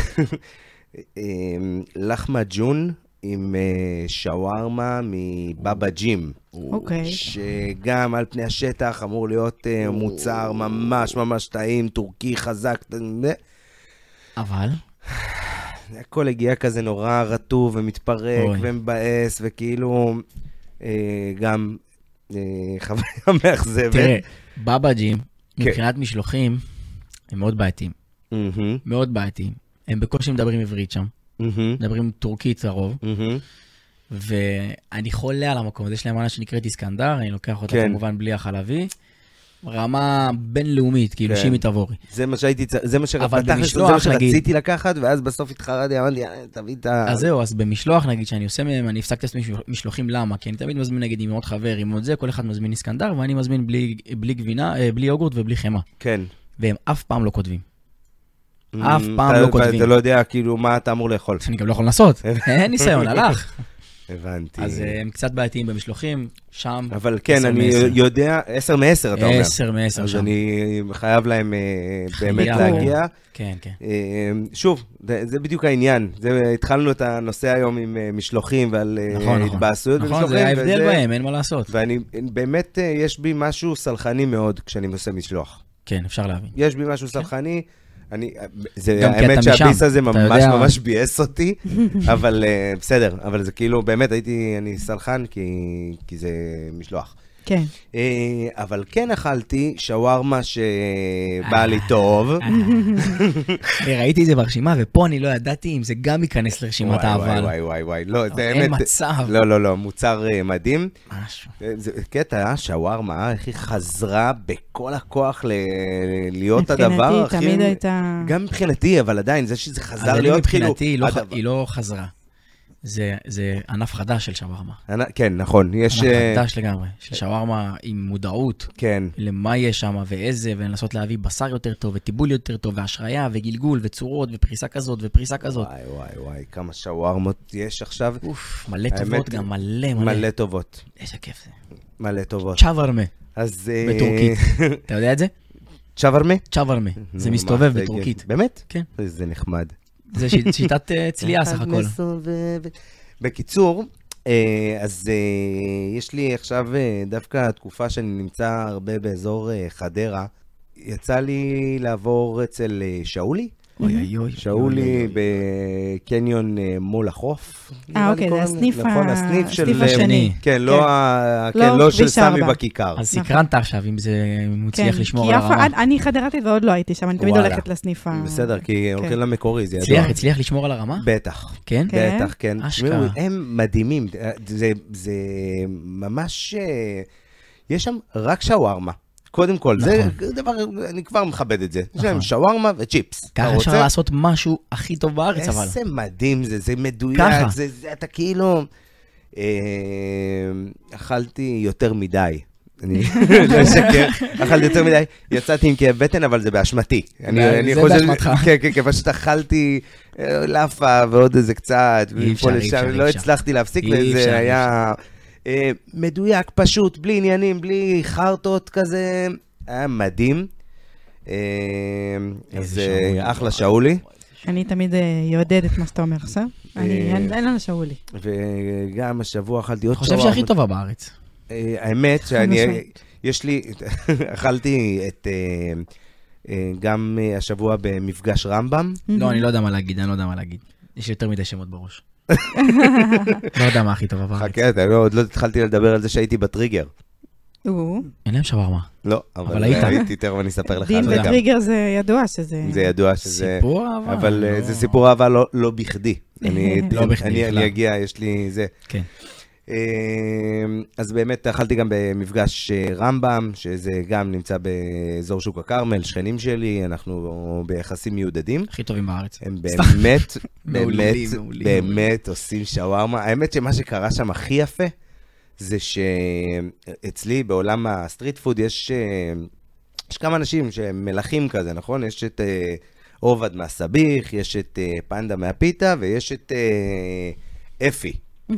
לחמה ג'ון עם שווארמה מבאבא ג'ים. אוקיי. שגם על פני השטח אמור להיות מוצר ממש ממש טעים, טורקי חזק. אבל? הכל הגיע כזה נורא רטוב ומתפרק ומבאס, וכאילו גם חוויה מאכזבת. תראה, בבאג'ים, מבחינת משלוחים, הם מאוד בעייתיים. מאוד בעייתיים. הם בקושי מדברים עברית שם. מדברים טורקית הרוב. ואני חולה על המקום. יש להם מנה שנקראת איסקנדר, אני לוקח אותה כמובן בלי החלבי. רמה בינלאומית, כאילו שימי תבורי. זה מה שרציתי לקחת, ואז בסוף התחרתי, אמרתי, תביא את ה... אז זהו, אז במשלוח נגיד שאני עושה מהם, אני הפסקתי לעשות משלוחים, למה? כי אני תמיד מזמין נגיד עם עוד חבר, עם עוד זה, כל אחד מזמין איסקנדר, ואני מזמין בלי גבינה, בלי יוגורט ובלי חמה. כן. והם אף פעם לא כותבים. אף פעם לא כותבים. אתה לא יודע כאילו מה אתה אמור לאכול. אני גם לא יכול לנסות. אין ניסיון, הלך. הבנתי. אז הם קצת בעייתיים במשלוחים, שם. אבל כן, אני יודע, 10 מ-10 אתה אומר. 10 מ-10 שם. אז אני חייב להם באמת להגיע. כן, כן. שוב, זה בדיוק העניין. התחלנו את הנושא היום עם משלוחים ועל התבאסויות במשלוחים. נכון, זה ההבדל בהם, אין מה לעשות. ואני, באמת, יש בי משהו סלחני מאוד כשאני עושה משלוח. כן, אפשר להבין. יש בי משהו סלחני. האמת שהביס הזה ממש ממש ביאס אותי, אבל בסדר, אבל זה כאילו, באמת אני סלחן כי זה משלוח. כן. אבל כן אכלתי שווארמה שבא לי טוב. ראיתי את זה ברשימה, ופה אני לא ידעתי אם זה גם ייכנס לרשימת האבל. וואי, לא, זה אין מצב. לא, מוצר מדהים. משהו. זה קטע, שווארמה, איך היא חזרה בכל הכוח להיות הדבר הכי... מבחינתי, תמיד הייתה... גם מבחינתי, אבל עדיין, זה שזה חזר להיות כאילו... מבחינתי, היא לא חזרה. זה ענף חדש של שווארמה. כן, נכון. ענף חדש לגמרי, של שווארמה עם מודעות. כן. למה יש שם ואיזה, ולנסות להביא בשר יותר טוב, וטיבול יותר טוב, והשראיה, וגלגול, וצורות, ופריסה כזאת, ופריסה כזאת. וואי, כמה שווארמות יש עכשיו. אוף, מלא טובות גם, מלא. מלא טובות. איזה כיף זה. מלא טובות. צ'אוורמה. אז... בטורקית. אתה יודע את זה? צ'אוורמה? צ'אוורמה. זה מסתובב בטורקית. באמת? כן. זה נחמד. זה שיטת צלייה סך הכל. בקיצור, אז יש לי עכשיו דווקא תקופה שאני נמצא הרבה באזור חדרה. יצא לי לעבור אצל שאולי. שאולי בקניון מול החוף. אוקיי, זה הסניף השני. כן, לא של סמי בכיכר. אז סקרנת עכשיו אם זה מצליח לשמור על הרמה. אני חדרתית ועוד לא הייתי שם, אני תמיד הולכת לסניף ה... בסדר, כי הולכים למקורי, זה ידוע. הצליח לשמור על הרמה? בטח. כן? בטח, כן. אשכרה. הם מדהימים. זה ממש... יש שם רק שווארמה. קודם כל, זה דבר, אני כבר מכבד את זה. יש להם שווארמה וצ'יפס. ככה אפשר לעשות משהו הכי טוב בארץ, אבל. איזה מדהים זה מדויק. ככה. אתה כאילו... אכלתי יותר מדי. אני לא אשקר, אכלתי יותר מדי. יצאתי עם כאב בטן, אבל זה באשמתי. זה באשמתך. כן, פשוט אכלתי לאפה ועוד איזה קצת. לא הצלחתי להפסיק, וזה היה... מדויק, פשוט, בלי עניינים, בלי חרטות כזה, היה מדהים. אז אחלה שאולי. אני תמיד יעודד את מה שאתה אומר עכשיו. אין לנו שאולי. וגם השבוע אכלתי עוד חושב שהכי טובה בארץ. האמת יש לי, אכלתי גם השבוע במפגש רמב"ם. לא, אני לא יודע מה להגיד, יש יותר מדי שמות בראש. לא יודע מה הכי טובה בארץ. חכה, עוד לא התחלתי לדבר על זה שהייתי בטריגר. אין להם שווארמה. לא, אבל הייתי, תכף אני אספר לך. דין בטריגר זה ידוע שזה... זה ידוע שזה... סיפור אהבה. אבל זה סיפור אהבה לא בכדי. אני אגיע, יש לי זה. כן. אז באמת אכלתי גם במפגש רמב"ם, שזה גם נמצא באזור שוק הכרמל, שכנים שלי, אנחנו ביחסים מיודדים. הכי טובים בארץ. הם באמת עושים שווארמה. האמת שמה שקרה שם הכי יפה, זה שאצלי בעולם הסטריט פוד יש כמה אנשים שהם מלכים כזה, נכון? יש את עובד מהסביך, יש את פנדה מהפיתה, ויש את אפי.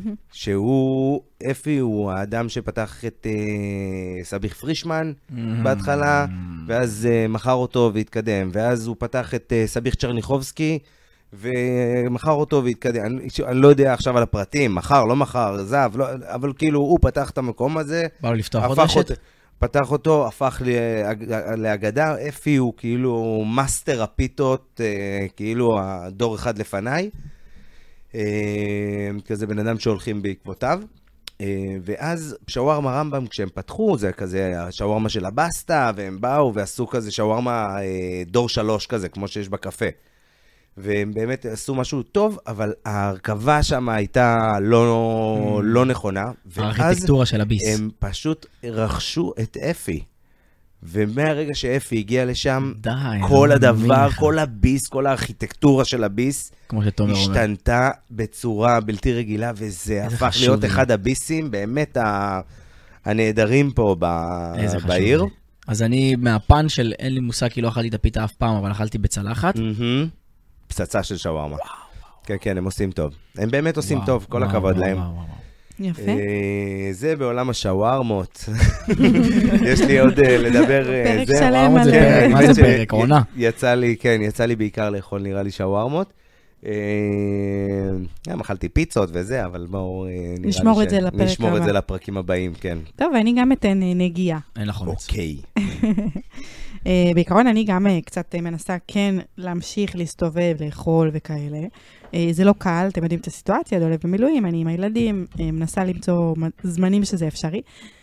אפי הוא האדם שפתח את סביך פרישמן בהתחלה, ואז מכר אותו והתקדם, ואז הוא פתח את סביך צ'רניחובסקי, ומכר אותו והתקדם. אני לא יודע עכשיו על הפרטים, מכר, לא מכר, זב, אבל כאילו הוא פתח את המקום הזה. בא לו לפתוח עוד רשת? פתח אותו, הפך לאגדה. אפי הוא כאילו מאסטר הפיתות, כאילו הדור אחד לפניי. כזה בן אדם שהולכים בעקבותיו. ואז שווארמה רמב"ם, כשהם פתחו, זה כזה השווארמה של הבסטה, והם באו ועשו כזה שווארמה דור 3 כזה, כמו שיש בקפה. והם באמת עשו משהו טוב, אבל ההרכבה שם הייתה לא נכונה. הארכיטקטורה של הביס. הם פשוט רכשו את אפי. ומהרגע שאפי הגיע לשם, כל הדבר, כל הביס, כל הארכיטקטורה של הביס, השתנתה בצורה בלתי רגילה, וזה הפך להיות אחד הביסים, באמת הנהדרים פה בעיר. אז אני מהפן של אין לי מושג, כי לא אכלתי את הפיתה אף פעם, אבל אכלתי בצלחת. פצצה של שווארמה. כן, כן, הם עושים טוב. הם באמת עושים טוב, כל הכבוד להם. יפה. זה בעולם השווארמות. יש לי עוד לדבר. פרק שלם על... מה זה פרק? עונה. יצא לי בעיקר לאכול נראה לי שווארמות. גם אכלתי פיצות וזה, אבל בואו נשמור את זה לפרק הבא. נשמור את זה לפרקים הבאים, כן. טוב, ואני גם אתן נגיעה. אין לך חומץ. אוקיי. בעיקרון אני גם קצת מנסה כן להמשיך להסתובב, לאכול וכאלה. זה לא קל, אתם יודעים את הסיטואציה, דולב במילואים, אני עם הילדים, מנסה למצוא זמנים שזה אפשרי.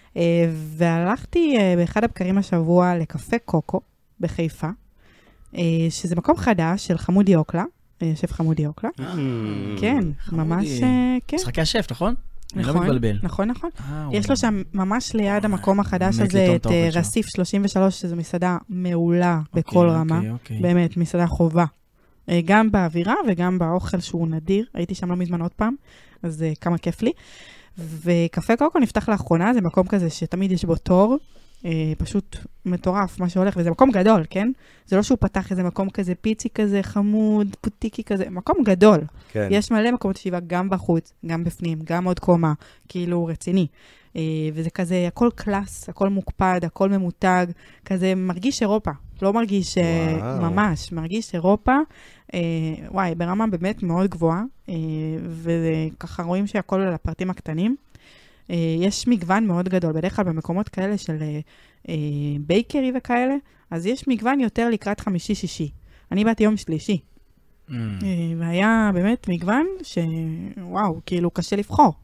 והלכתי באחד הבקרים השבוע לקפה קוקו בחיפה, שזה מקום חדש של חמודי אוקלה, שף חמודי אוקלה. כן, ממש, כן. משחקי השף, נכון? אני לא נכון, מתבלבל. נכון. יש לו שם ממש ליד המקום החדש הזה את רסיף 33, שזו מסעדה מעולה בכל רמה. באמת, מסעדה חובה. גם באווירה וגם באוכל שהוא נדיר. הייתי שם לא מזמן עוד פעם, אז כמה כיף לי. וקפה קוקו נפתח לאחרונה, זה מקום כזה שתמיד יש בו תור. פשוט מטורף מה שהולך, וזה מקום גדול, כן? זה לא שהוא פתח איזה מקום כזה פיצי כזה, חמוד, פוטיקי כזה, מקום גדול. כן. יש מלא מקומות ישיבה גם בחוץ, גם בפנים, גם עוד קומה, כאילו רציני. וזה כזה, הכל קלאס, הכל מוקפד, הכל ממותג, כזה מרגיש אירופה, לא מרגיש ממש, מרגיש אירופה, וואי, ברמה באמת מאוד גבוהה, וככה רואים שהכל על הפרטים הקטנים. יש מגוון מאוד גדול, בדרך כלל במקומות כאלה של בייקרי וכאלה, אז יש מגוון יותר לקראת חמישי-שישי. אני באתי יום שלישי. והיה באמת מגוון שוואו, כאילו קשה לבחור.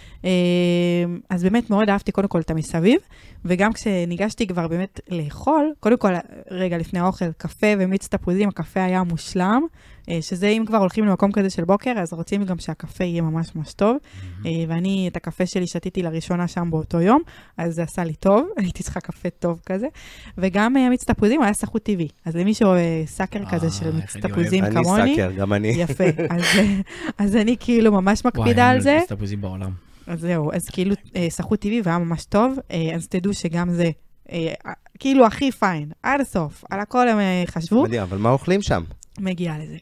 אז באמת מאוד אהבתי קודם כל את המסביב, וגם כשניגשתי כבר באמת לאכול, קודם כל רגע לפני האוכל, קפה ומיץ תפוזים, הקפה היה מושלם, שזה אם כבר הולכים למקום כזה של בוקר, אז רוצים גם שהקפה יהיה ממש ממש טוב, ואני את הקפה שלי שתיתי לראשונה שם באותו יום, אז זה עשה לי טוב, הייתי צריכה קפה טוב כזה, וגם מיץ תפוזים היה סחוט טבעי, אז למישהו סאקר כזה של מיץ תפוזים כמוני, אני סאקר, גם אני. יפה, אז אני כאילו ממש מקפידה על זה. וואי, מיץ תפוזים בעולם. אז זהו, אז כאילו סחוט טבעי והיה ממש טוב, אז תדעו שגם זה כאילו הכי פיין, עד הסוף, על הכל הם חשבו. מדהים, אבל מה אוכלים שם? מגיע לזה.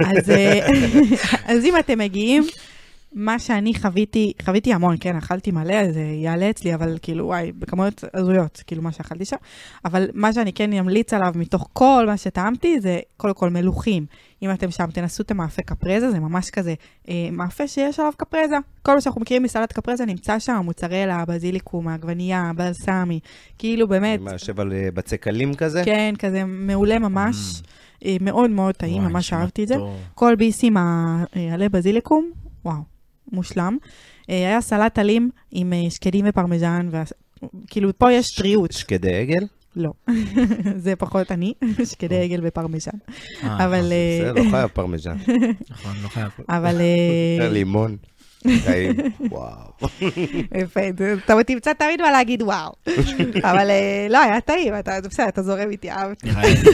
אז אם אתם מגיעים, מה שאני חוויתי המון, כן, אכלתי מלא, זה יעלה אצלי, אבל כאילו, וואי, בכמויות עזויות, כאילו מה שאכלתי שם, אבל מה שאני כן אמליץ עליו מתוך כל מה שטעמתי, זה קודם כל מלוכים. אם אתם שם, תנסו את המאפה קפרזה, זה ממש כזה מאפה שיש עליו קפרזה. כל מה שאנחנו מכירים מסלט קפרזה נמצא שם, מוצרלה, בזיליקום, העגבנייה, בלסמי, כאילו באמת. מה יושב על בצקלים כזה? כן, כזה מעולה ממש, מאוד מאוד טעים, ממש אהבתי את זה. כל ביסים עלי בזיליקום, וואו, מושלם. היה סלט עלים עם שקדים ופרמז'ן, כאילו פה יש טריות. שקדי עגל? לא, זה פחות אני, שקדי עגל ופרמז'ן. אבל... זה לא חייב פרמז'ן. נכון, לא חייב. אבל... לימון. טעים, וואו. יפה, אתה תמצא תמיד מה להגיד וואו. אבל לא, היה טעים, אתה זורם איתי, אהבתי.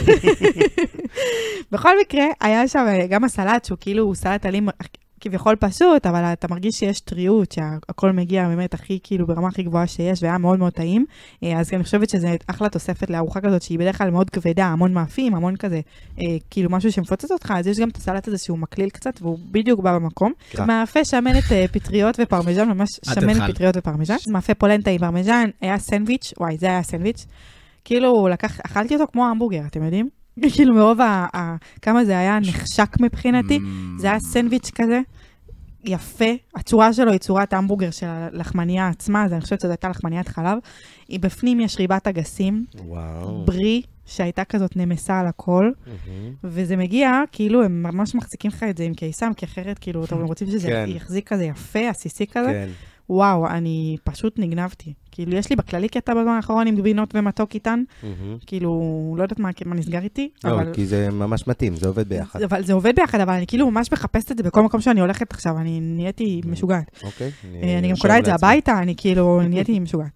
בכל מקרה, היה שם גם הסלט, שהוא כאילו סלט עלים כביכול פשוט, אבל אתה מרגיש שיש טריות, שהכל מגיע באמת הכי, כאילו, ברמה הכי גבוהה שיש, והיה מאוד מאוד טעים. אז אני חושבת שזה אחלה תוספת לארוחה כזאת, שהיא בדרך כלל מאוד כבדה, המון מאפים, המון כזה, כאילו משהו שמפוצץ אותך, אז יש גם את הסלט הזה שהוא מקליל קצת, והוא בדיוק בא במקום. מאפה שמנת פטריות ופרמז'ן, ממש שמנת פטריות ופרמז'ן. מאפה פולנטה עם פרמז'ן, היה סנדוויץ', וואי, זה היה סנדוויץ'. כאילו, אכלתי אותו כמו המבורגר, אתם יודעים? כאילו מרוב כמה זה היה נחשק מבחינתי, זה היה סנדוויץ' כזה, יפה, הצורה שלו היא צורת המבורגר של הלחמניה עצמה, אז אני חושבת שזו הייתה לחמניית חלב, היא בפנים יש ריבת אגסים, ברי, שהייתה כזאת נמסה על הכל, וזה מגיע, כאילו הם ממש מחזיקים לך את זה עם קיסם, כי אחרת כאילו, אתם רוצים שזה יחזיק כזה יפה, עסיסי כזה, וואו, אני פשוט נגנבתי. כאילו, יש לי בכללי קטע בזמן האחרון עם גבינות ומתוק איתן, כאילו, לא יודעת מה נסגר איתי, לא, אבל... כי זה ממש מתאים, זה עובד ביחד. אבל זה עובד ביחד, אבל אני כאילו ממש מחפשת את זה בכל מקום שאני הולכת עכשיו, אני נהייתי משוגעת. אוקיי. אני גם קונה את זה הביתה, אני כאילו נהייתי משוגעת.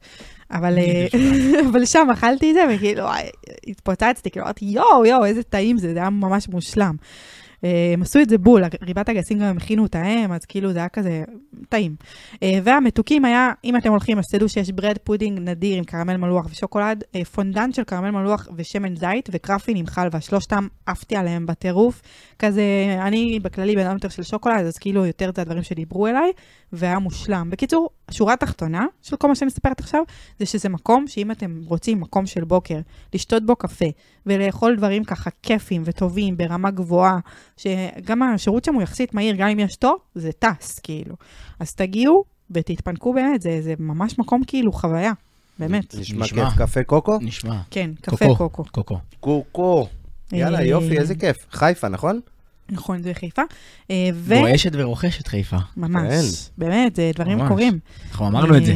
אבל שם אכלתי את זה, וכאילו, התפוצצתי, כאילו, אמרתי, יואו, איזה טעים זה, זה היה ממש מושלם. הם עשו את זה בול, ריבת הגסים גם הכינו אותם, אז כאילו זה היה כזה טעים. והמתוקים היה, אם אתם הולכים, אז תדעו שיש ברד פודינג נדיר עם קרמל מלוח ושוקולד, פונדן של קרמל מלוח ושמן זית, וקרפין עם חלבה, שלושתם עפתי עליהם בטירוף. כזה, אני בכללי בן אדם יותר של שוקולד, אז כאילו יותר זה הדברים שדיברו אליי, והיה מושלם. בקיצור, השורה התחתונה של כל מה שאני מספרת עכשיו, זה שזה מקום שאם אתם רוצים מקום של בוקר, לשתות בו קפה, ולאכול דברים ככה כיפים וטובים, ברמה גבוהה, שגם השירות שם הוא יחסית מהיר, גם אם יש תור, זה טס, כאילו. אז תגיעו ותתפנקו באמת, זה ממש מקום כאילו חוויה, באמת. נשמע כיף, קפה קוקו? נשמע. כן, קפה קוקו. קוקו. יאללה, יופי, איזה כיף. חיפה, נכון? נכון, זה חיפה. רועשת ורוכשת חיפה. ממש, באמת, דברים קורים. אנחנו אמרנו את זה.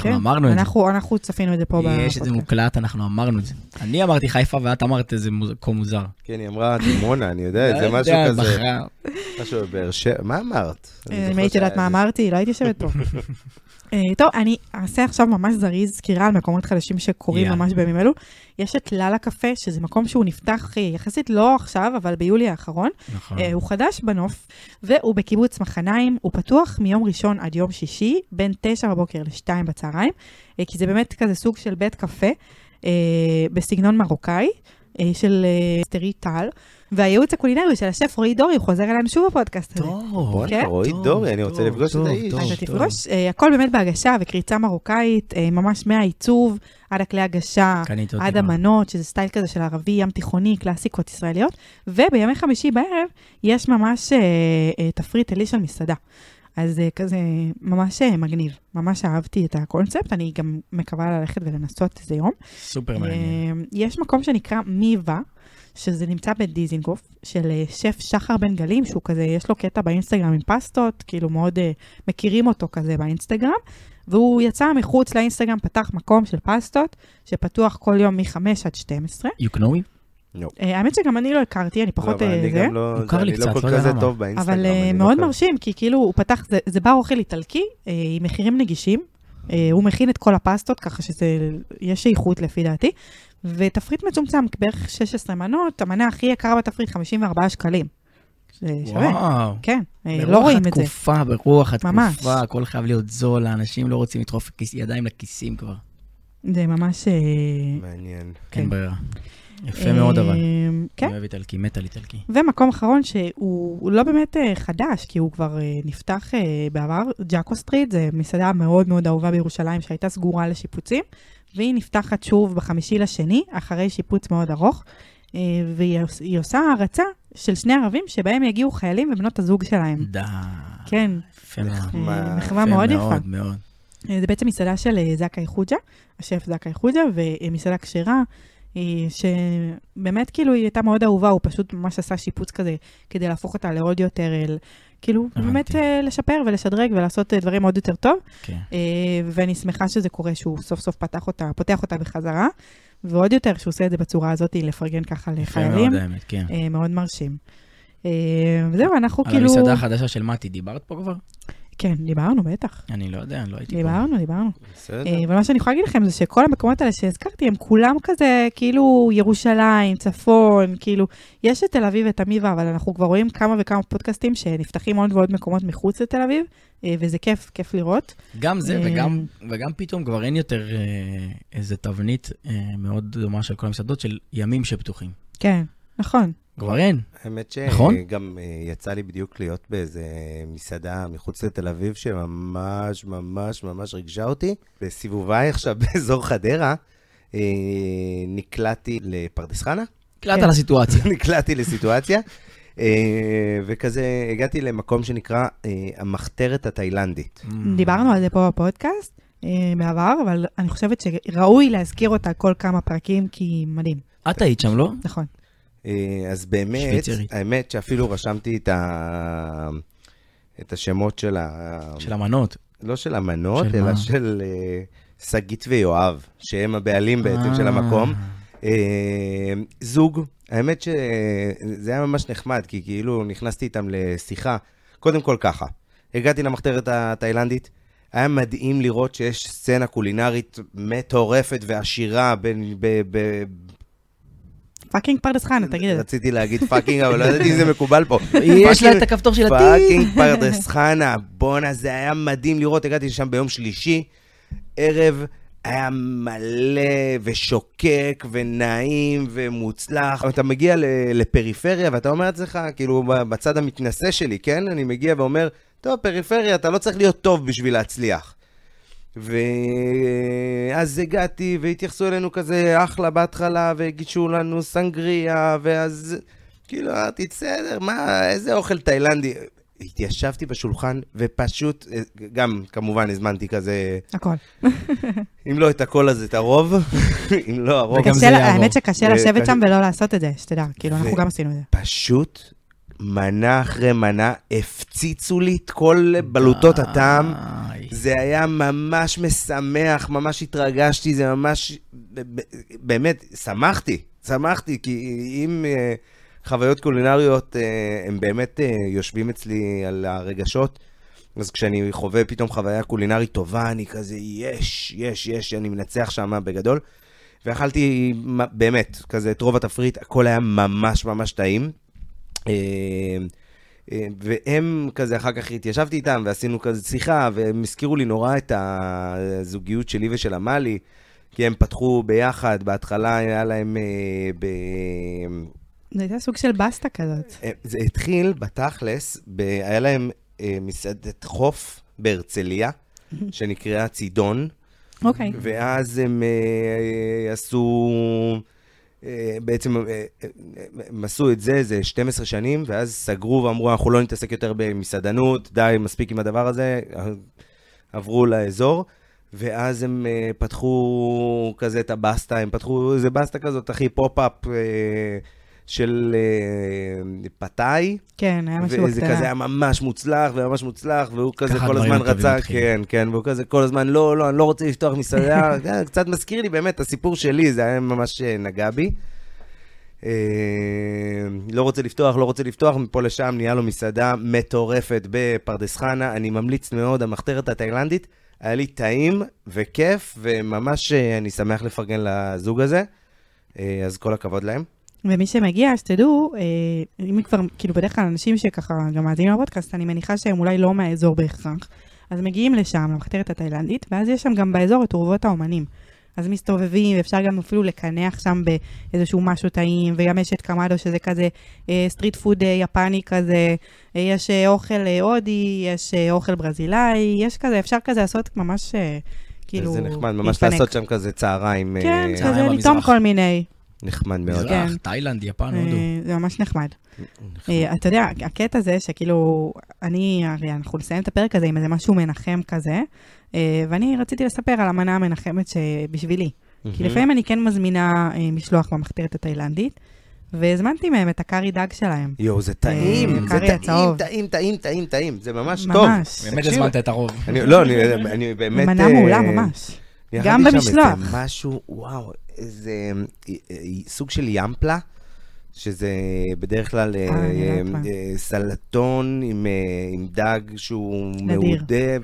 אנחנו צפינו את זה פה. יש את זה מוקלט, אנחנו אמרנו את זה. אני אמרתי חיפה ואת אמרת איזה כה מוזר. כן, היא אמרה דימונה, אני יודע, זה משהו כזה. משהו בבאר שבע, מה אמרת? אם הייתי יודעת מה אמרתי, לא הייתי יושבת פה. טוב, אני אעשה עכשיו ממש זריז סקירה על מקומות חדשים שקורים ממש בימים אלו. יש את ללה קפה, שזה מקום שהוא נפתח יחסית לא עכשיו, אבל ביולי האחרון. הוא חדש בנוף, והוא בקיבוץ מחניים. הוא פתוח מיום ראשון עד יום שישי, בין 9 בבוקר ל-2 בצהריים, כי זה באמת כזה סוג של בית קפה, בסגנון מרוקאי, של סטרי טל. והייעוץ הקולינרי של השף רועי דורי, הוא חוזר אלינו שוב בפודקאסט הזה. טוב, רועי דורי, אני רוצה לפגוש את האיש. אז תפגוש, הכל באמת בהגשה וקריצה מרוקאית, ממש מהעיצוב, עד הכלי הגשה, עד המנות, שזה סטייל כזה של ערבי, ים תיכוני, קלאסיקות ישראליות, ובימי חמישי בערב יש ממש תפריט אלי של מסעדה. אז כזה ממש מגניב, ממש אהבתי את הקונספט, אני גם מקווה ללכת ולנסות איזה יום. סופר מעניין. יש מקום שנקרא מיבה, שזה נמצא בדיזינגוף, של שף שחר בן גלים, שהוא כזה, יש לו קטע באינסטגרם עם פסטות, כאילו מאוד מכירים אותו כזה באינסטגרם, והוא יצא מחוץ לאינסטגרם, פתח מקום של פסטות, שפתוח כל יום מ-5 עד 12. You know me? האמת שגם אני לא הכרתי, אני פחות זה. אני גם לא כל כזה טוב באינסטגרם. אבל מאוד מרשים, כי כאילו הוא פתח, זה בר אוכל איטלקי, עם מחירים נגישים, הוא מכין את כל הפסטות, ככה שיש איכות לפי דעתי, ותפריט מצומצם, בערך 16 מנות, המנה הכי יקרה בתפריט 54 שקלים. זה שווה. וואו. כן, לא רואים את זה. ברוח התקופה, הכל חייב להיות זול, האנשים לא רוצים לדחוף ידיים לכיסים כבר. זה ממש... מעניין. כן, ברירה. יפה מאוד אבל. כן. אני אוהב איטלקי, מת על איטלקי. ומקום אחרון שהוא לא באמת חדש, כי הוא כבר נפתח בעבר, ג'אקו סטריט, זה מסעדה מאוד מאוד אהובה בירושלים, שהייתה סגורה לשיפוצים, והיא נפתחת שוב ב5/2, אחרי שיפוץ מאוד ארוך, והיא עושה הרצה של 2 ערבים, שבהם יגיעו חיילים ובנות הזוג שלהם. כן. מחווה מאוד יפה. מאוד. זה בעצם מסעדה של זכאי חוג'ה, השף זכאי חוג'ה, ומסעדה כשרה, שבאמת כאילו היא הייתה מאוד אהובה, הוא פשוט ממש עשה שיפוץ כזה, כדי להפוך אותה לעוד יותר, כאילו באמת לשפר ולשדרג ולעשות דברים עוד יותר טוב. ואני שמחה שזה קורה, שהוא סוף סוף פותח אותה בחזרה, ועוד יותר שהוא עושה את זה בצורה הזאת, לפרגן ככה לחיילים. מאוד האמת, כן. מאוד מרשים. וזהו, אנחנו כאילו... על המסעדה החדשה של מתי, דיברת פה כבר? כן, דיברנו, בטח. אני לא יודע, לא הייתי פה. דיברנו. ומה שאני יכולה להגיד לכם זה שכל המקומות האלה שהזכרתי, הם כולם כזה, כאילו ירושלים, צפון, כאילו, יש את תל אביב ואת המיבה, אבל אנחנו כבר רואים כמה וכמה פודקאסטים שנפתחים עוד ועוד מקומות מחוץ לתל אביב, וזה כיף לראות. גם זה, וגם פתאום כבר אין יותר איזה תבנית מאוד דומה של כל המסעדות של ימים שפתוחים. כן, נכון. כבר אין. האמת שגם יצא לי בדיוק להיות באיזה מסעדה מחוץ לתל אביב, שממש ממש ממש ריגשה אותי. בסיבוביי עכשיו באזור חדרה, נקלעתי לפרדס חנה. נקלעתי לסיטואציה, וכזה הגעתי למקום שנקרא המחתרת התאילנדית. דיברנו על זה פה בפודקאסט בעבר, אבל אני חושבת שראוי להזכיר אותה כל כמה פרקים, כי מדהים. את היית שם, לא? נכון. אז באמת, האמת שאפילו רשמתי את השמות של המנות. לא של המנות, של אלא מה? של סגית ויואב, שהם הבעלים בעצם של המקום. זוג, האמת שזה היה ממש נחמד, כי כאילו נכנסתי איתם לשיחה. קודם כל ככה, הגעתי למחתרת התאילנדית, היה מדהים לראות שיש סצנה קולינרית מטורפת ועשירה פאקינג פרדס חנה, תגיד את זה. רציתי להגיד פאקינג, אבל לא ידעתי אם זה מקובל פה. יש לה את הכפתור של הטי. פאקינג פרדס חנה, בונה, זה היה מדהים לראות, הגעתי לשם ביום שלישי, ערב, היה מלא ושוקק ונעים ומוצלח. אתה מגיע לפריפריה ואתה אומר את זה, כאילו בצד המתנשא שלי, כן? אני מגיע ואומר, טוב, פריפריה, אתה לא צריך להיות טוב בשביל להצליח. ואז הגעתי והתייחסו אלינו כזה אחלה בהתחלה והגישו לנו סנגריה, ואז כאילו אמרתי, בסדר, מה, איזה אוכל תאילנדי? התיישבתי בשולחן ופשוט, גם כמובן הזמנתי כזה, הכל. אם לא את הכל אז את הרוב, אם לא הרוב. וגם זה יעבור. האמת שקשה לשבת שם ולא לעשות את זה, שתדע, כאילו אנחנו גם עשינו את זה. פשוט מנה אחרי מנה הפציצו לי את כל בלוטות הטעם. זה היה ממש משמח, ממש התרגשתי, זה ממש, באמת, שמחתי, כי אם חוויות קולינריות, הם באמת יושבים אצלי על הרגשות, אז כשאני חווה פתאום חוויה קולינרית טובה, אני כזה, יש, אני מנצח שם בגדול, ואכלתי באמת, כזה את רוב התפריט, הכל היה ממש ממש טעים, והם כזה אחר כך התיישבתי איתם ועשינו כזה שיחה, והם הזכירו לי נורא את הזוגיות שלי ושל המלי, כי הם פתחו ביחד, בהתחלה היה להם זה הייתה סוג של בסטה כזאת. זה התחיל בתכלס, היה להם מסעדת חוף בהרצליה, שנקראה צידון, אוקיי. ואז הם עשו, בעצם הם עשו את זה 12 שנים, ואז סגרו ואמרו, אנחנו לא נתעסק יותר במסעדנות, די, מספיק עם הדבר הזה, עברו לאזור, ואז הם פתחו כזה את הבסטה, הם פתחו איזה בסטה כזאת, הכי פופ-אפ של פתאי. כן, היה משהו וזה כזה היה ממש מוצלח, והוא כזה כל הזמן רצה, כן, והוא כזה כל הזמן, לא, אני לא רוצה לפתוח מסעדה, קצת מזכיר לי באמת, הסיפור שלי, זה היה ממש נגע בי. לא רוצה לפתוח, מפה לשם נהיה לו מסעדה מטורפת בפרדס חנה, אני ממליץ מאוד, המחתרת התאילנדית, היה לי טעים וכיף, וממש אני שמח לפרגן לזוג הזה, אז כל הכבוד להם. ומי שמגיע, שתדעו, אם כבר, כאילו בדרך כלל אנשים שככה גם מאזינים לפודקאסט, אני מניחה שהם אולי לא מהאזור בהכרח, אז מגיעים לשם, למחתרת התאילנדית, ואז יש שם גם באזור את אורוות האומנים. אז מסתובבים, ואפשר גם אפילו לקנח שם באיזשהו משהו טעים, וגם יש את קמדו שזה כזה סטריט פוד יפני כזה, יש אוכל הודי, יש אוכל ברזילאי, יש כזה, אפשר כזה לעשות ממש כאילו... זה נחמד, ממש לעשות שם כזה צהריים. כן, כזה לטום כל מיני. נחמד מאוד. מזרח, תאילנד, יפן, הודו. זה ממש נחמד. אתה יודע, הקטע זה שכאילו, הרי אנחנו נסיים את הפרק הזה עם איזה משהו מנחם כזה, ואני רציתי לספר על המנה המנחמת שבשבילי. כי לפעמים אני כן מזמינה משלוח במחתרת התאילנדית, והזמנתי מהם את הקארי דג שלהם. יו, זה טעים, זה טעים, זה ממש טוב. באמת הזמנת את הרוב. לא, אני באמת... מנה מעולה ממש. גם במשלוח. זה משהו, וואו, איזה סוג של ימפלה, שזה בדרך כלל סלטון עם דג שהוא מעודה,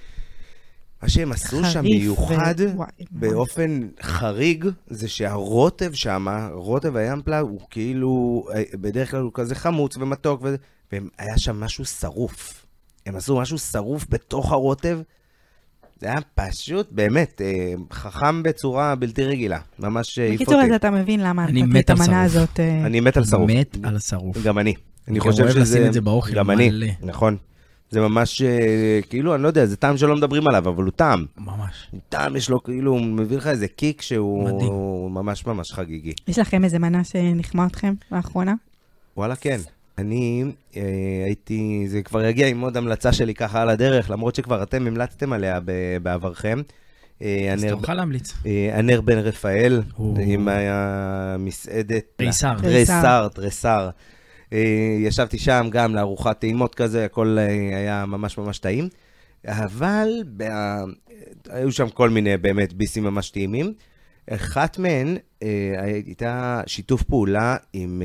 מה שהם עשו שם מיוחד באופן חריג, זה שהרוטב שם, רוטב הימפלה הוא כאילו, בדרך כלל הוא כזה חמוץ ומתוק, והיה שם משהו שרוף. הם עשו משהו שרוף בתוך הרוטב, זה היה פשוט, באמת, חכם בצורה בלתי רגילה. ממש איפותי. בקיצור, אז אתה מבין למה אני מת על שרוף. אני מת על שרוף. מת על שרוף. גם אני. אני חושב אוהב שזה... לשים את זה באוכל גם מלא. אני, נכון. זה ממש, כאילו, אני לא יודע, זה טעם שלא מדברים עליו, אבל הוא טעם. ממש. הוא טעם, יש לו, כאילו, הוא מביא לך איזה קיק שהוא ממש ממש חגיגי. יש לכם איזה מנה שנחמה אתכם לאחרונה? וואלה, כן. אני הייתי, זה כבר יגיע עם עוד המלצה שלי ככה על הדרך, למרות שכבר אתם המלצתם עלייה בעברכם. אז אתה אוכל להמליץ. אנר בן רפאל, עם המסעדת... רסארט. ישבתי שם גם לארוחת טעימות כזה, הכל היה ממש ממש טעים. אבל היו שם כל מיני באמת ביסים ממש טעימים. אחת מהן הייתה שיתוף פעולה עם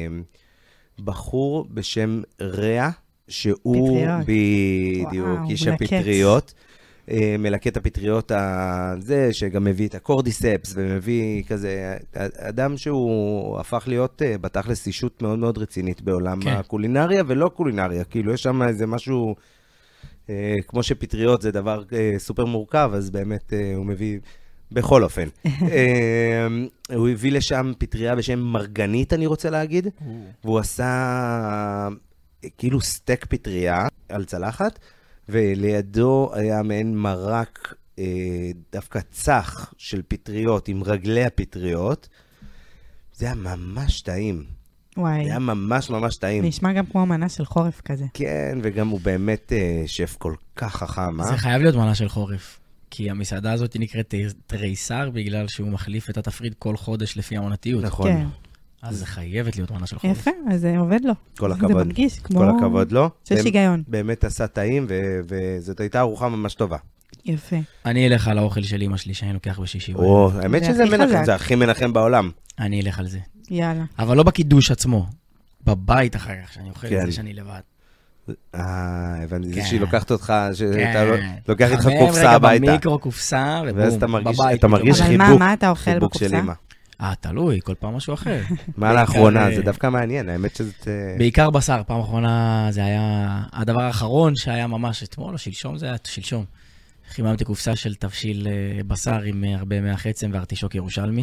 בחור בשם רע, שהוא בדיוק איש הפטריות. מלקט הפטריות הזה, שגם מביא את הקורדיספס, ומביא כזה, אדם שהוא הפך להיות בתכלס אישות מאוד מאוד רצינית בעולם הקולינריה, ולא קולינריה, כאילו יש שם איזה משהו, כמו שפטריות זה דבר סופר מורכב, אז באמת הוא מביא, בכל אופן. הוא הביא לשם פטריה בשם מרגנית, אני רוצה להגיד, והוא עשה כאילו סטייק פטריה על צלחת, ולידו היה מעין מרק דווקא צח של פטריות עם רגלי הפטריות. זה היה ממש טעים. וואי. זה היה ממש ממש טעים. נשמע גם כמו מנה של חורף כזה. כן, וגם הוא באמת שף כל כך חכם. זה חייב להיות מנה של חורף. כי המסעדה הזאת נקראת תריסר, בגלל שהוא מחליף את התפריד כל חודש לפי העונתיות. נכון. כן. אז זה חייבת להיות מנה של חורף. יפה, אז זה עובד לו. כל הכבוד. זה מרגיש כמו... כל הכבוד לו. שיש היגיון. באמת עשה טעים, וזאת הייתה ארוחה ממש טובה. יפה. אני אלך על האוכל של אמא שלי, שאני לוקח בשישי. האמת שזה מנחם, זה הכי מנחם בעולם. אני אלך על זה. יאללה. אבל לא בקידוש עצמו. בבית אחר כך, שאני אוכל את זה שאני לבד. הבנתי, זה שהיא לוקחת אותך, שאתה לוקח איתך קופסה הביתה. רגע במיקרו קופסה, ואז אתה מרגיש חיבוק. אבל מה אתה אוכל חיבוק של בקופסה? אמא. תלוי, כל פעם משהו אחר. מה לאחרונה? זה דווקא מעניין, האמת שזה... בעיקר בשר, פעם אחרונה זה היה הדבר האחרון שהיה ממש אתמול, או שלשום זה היה שלשום. חיממתי קופסה של תבשיל בשר עם הרבה מח עצם וארטישוק ירושלמי.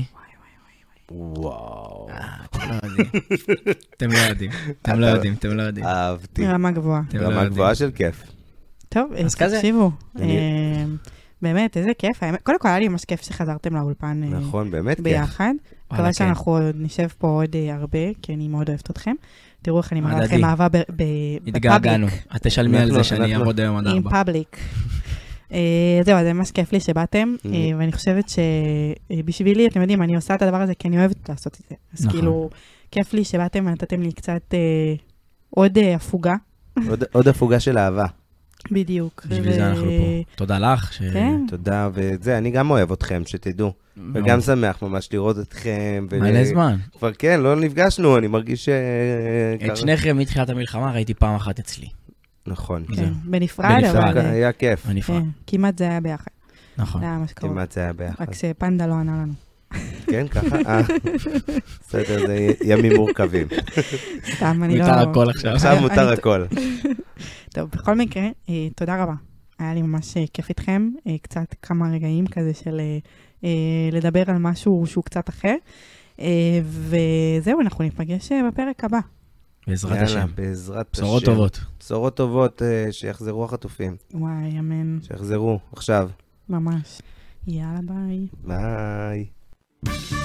וואו. אתם לא יודעים. אהבתי. רמה גבוהה. רמה גבוהה של כיף. טוב, אז תקשיבו. באמת, איזה כיף. קודם כל, היה לי ממש כיף שחזרתם לאולפן נכון, באמת כיף. ביחד. מקווה שאנחנו עוד נשב פה עוד הרבה, כי אני מאוד אוהבת אתכם. תראו איך אני מראה לכם אהבה בפאבליק. התגעגענו. את תשלמי על זה שאני אעבוד היום עד 4. עם פאבליק. זהו, זה ממש כיף לי שבאתם, ואני חושבת שבשבילי, אתם יודעים, אני עושה את הדבר הזה כי אני אוהבת לעשות את זה. אז כאילו, כיף לי שבאתם ונתתם לי קצת עוד הפוגה. עוד הפוגה של אהבה. בדיוק. בשביל זה אנחנו פה. תודה לך. תודה, וזה, אני גם אוהב אתכם, שתדעו. וגם שמח ממש לראות אתכם. מלא זמן. כבר כן, לא נפגשנו, אני מרגיש ש... את שניכם מתחילת המלחמה ראיתי פעם אחת אצלי. נכון. בנפרד, אבל... היה כיף. כמעט זה היה ביחד. נכון. זה היה ממש קרוב. כמעט זה היה ביחד. רק שפנדה לא ענה לנו. כן, ככה? בסדר, זה ימים מורכבים. סתם, אני לא... מותר הכל עכשיו. עכשיו מותר הכל. טוב, בכל מקרה, תודה רבה. היה לי ממש כיף איתכם, קצת כמה רגעים כזה של לדבר על משהו שהוא קצת אחר. וזהו, אנחנו ניפגש בפרק הבא. בעזרת השם. בעזרת השם. בשורות טובות. בשורות טובות, שיחזרו החטופים. וואי, אמן. שיחזרו, עכשיו. ממש. יאללה, ביי. ביי.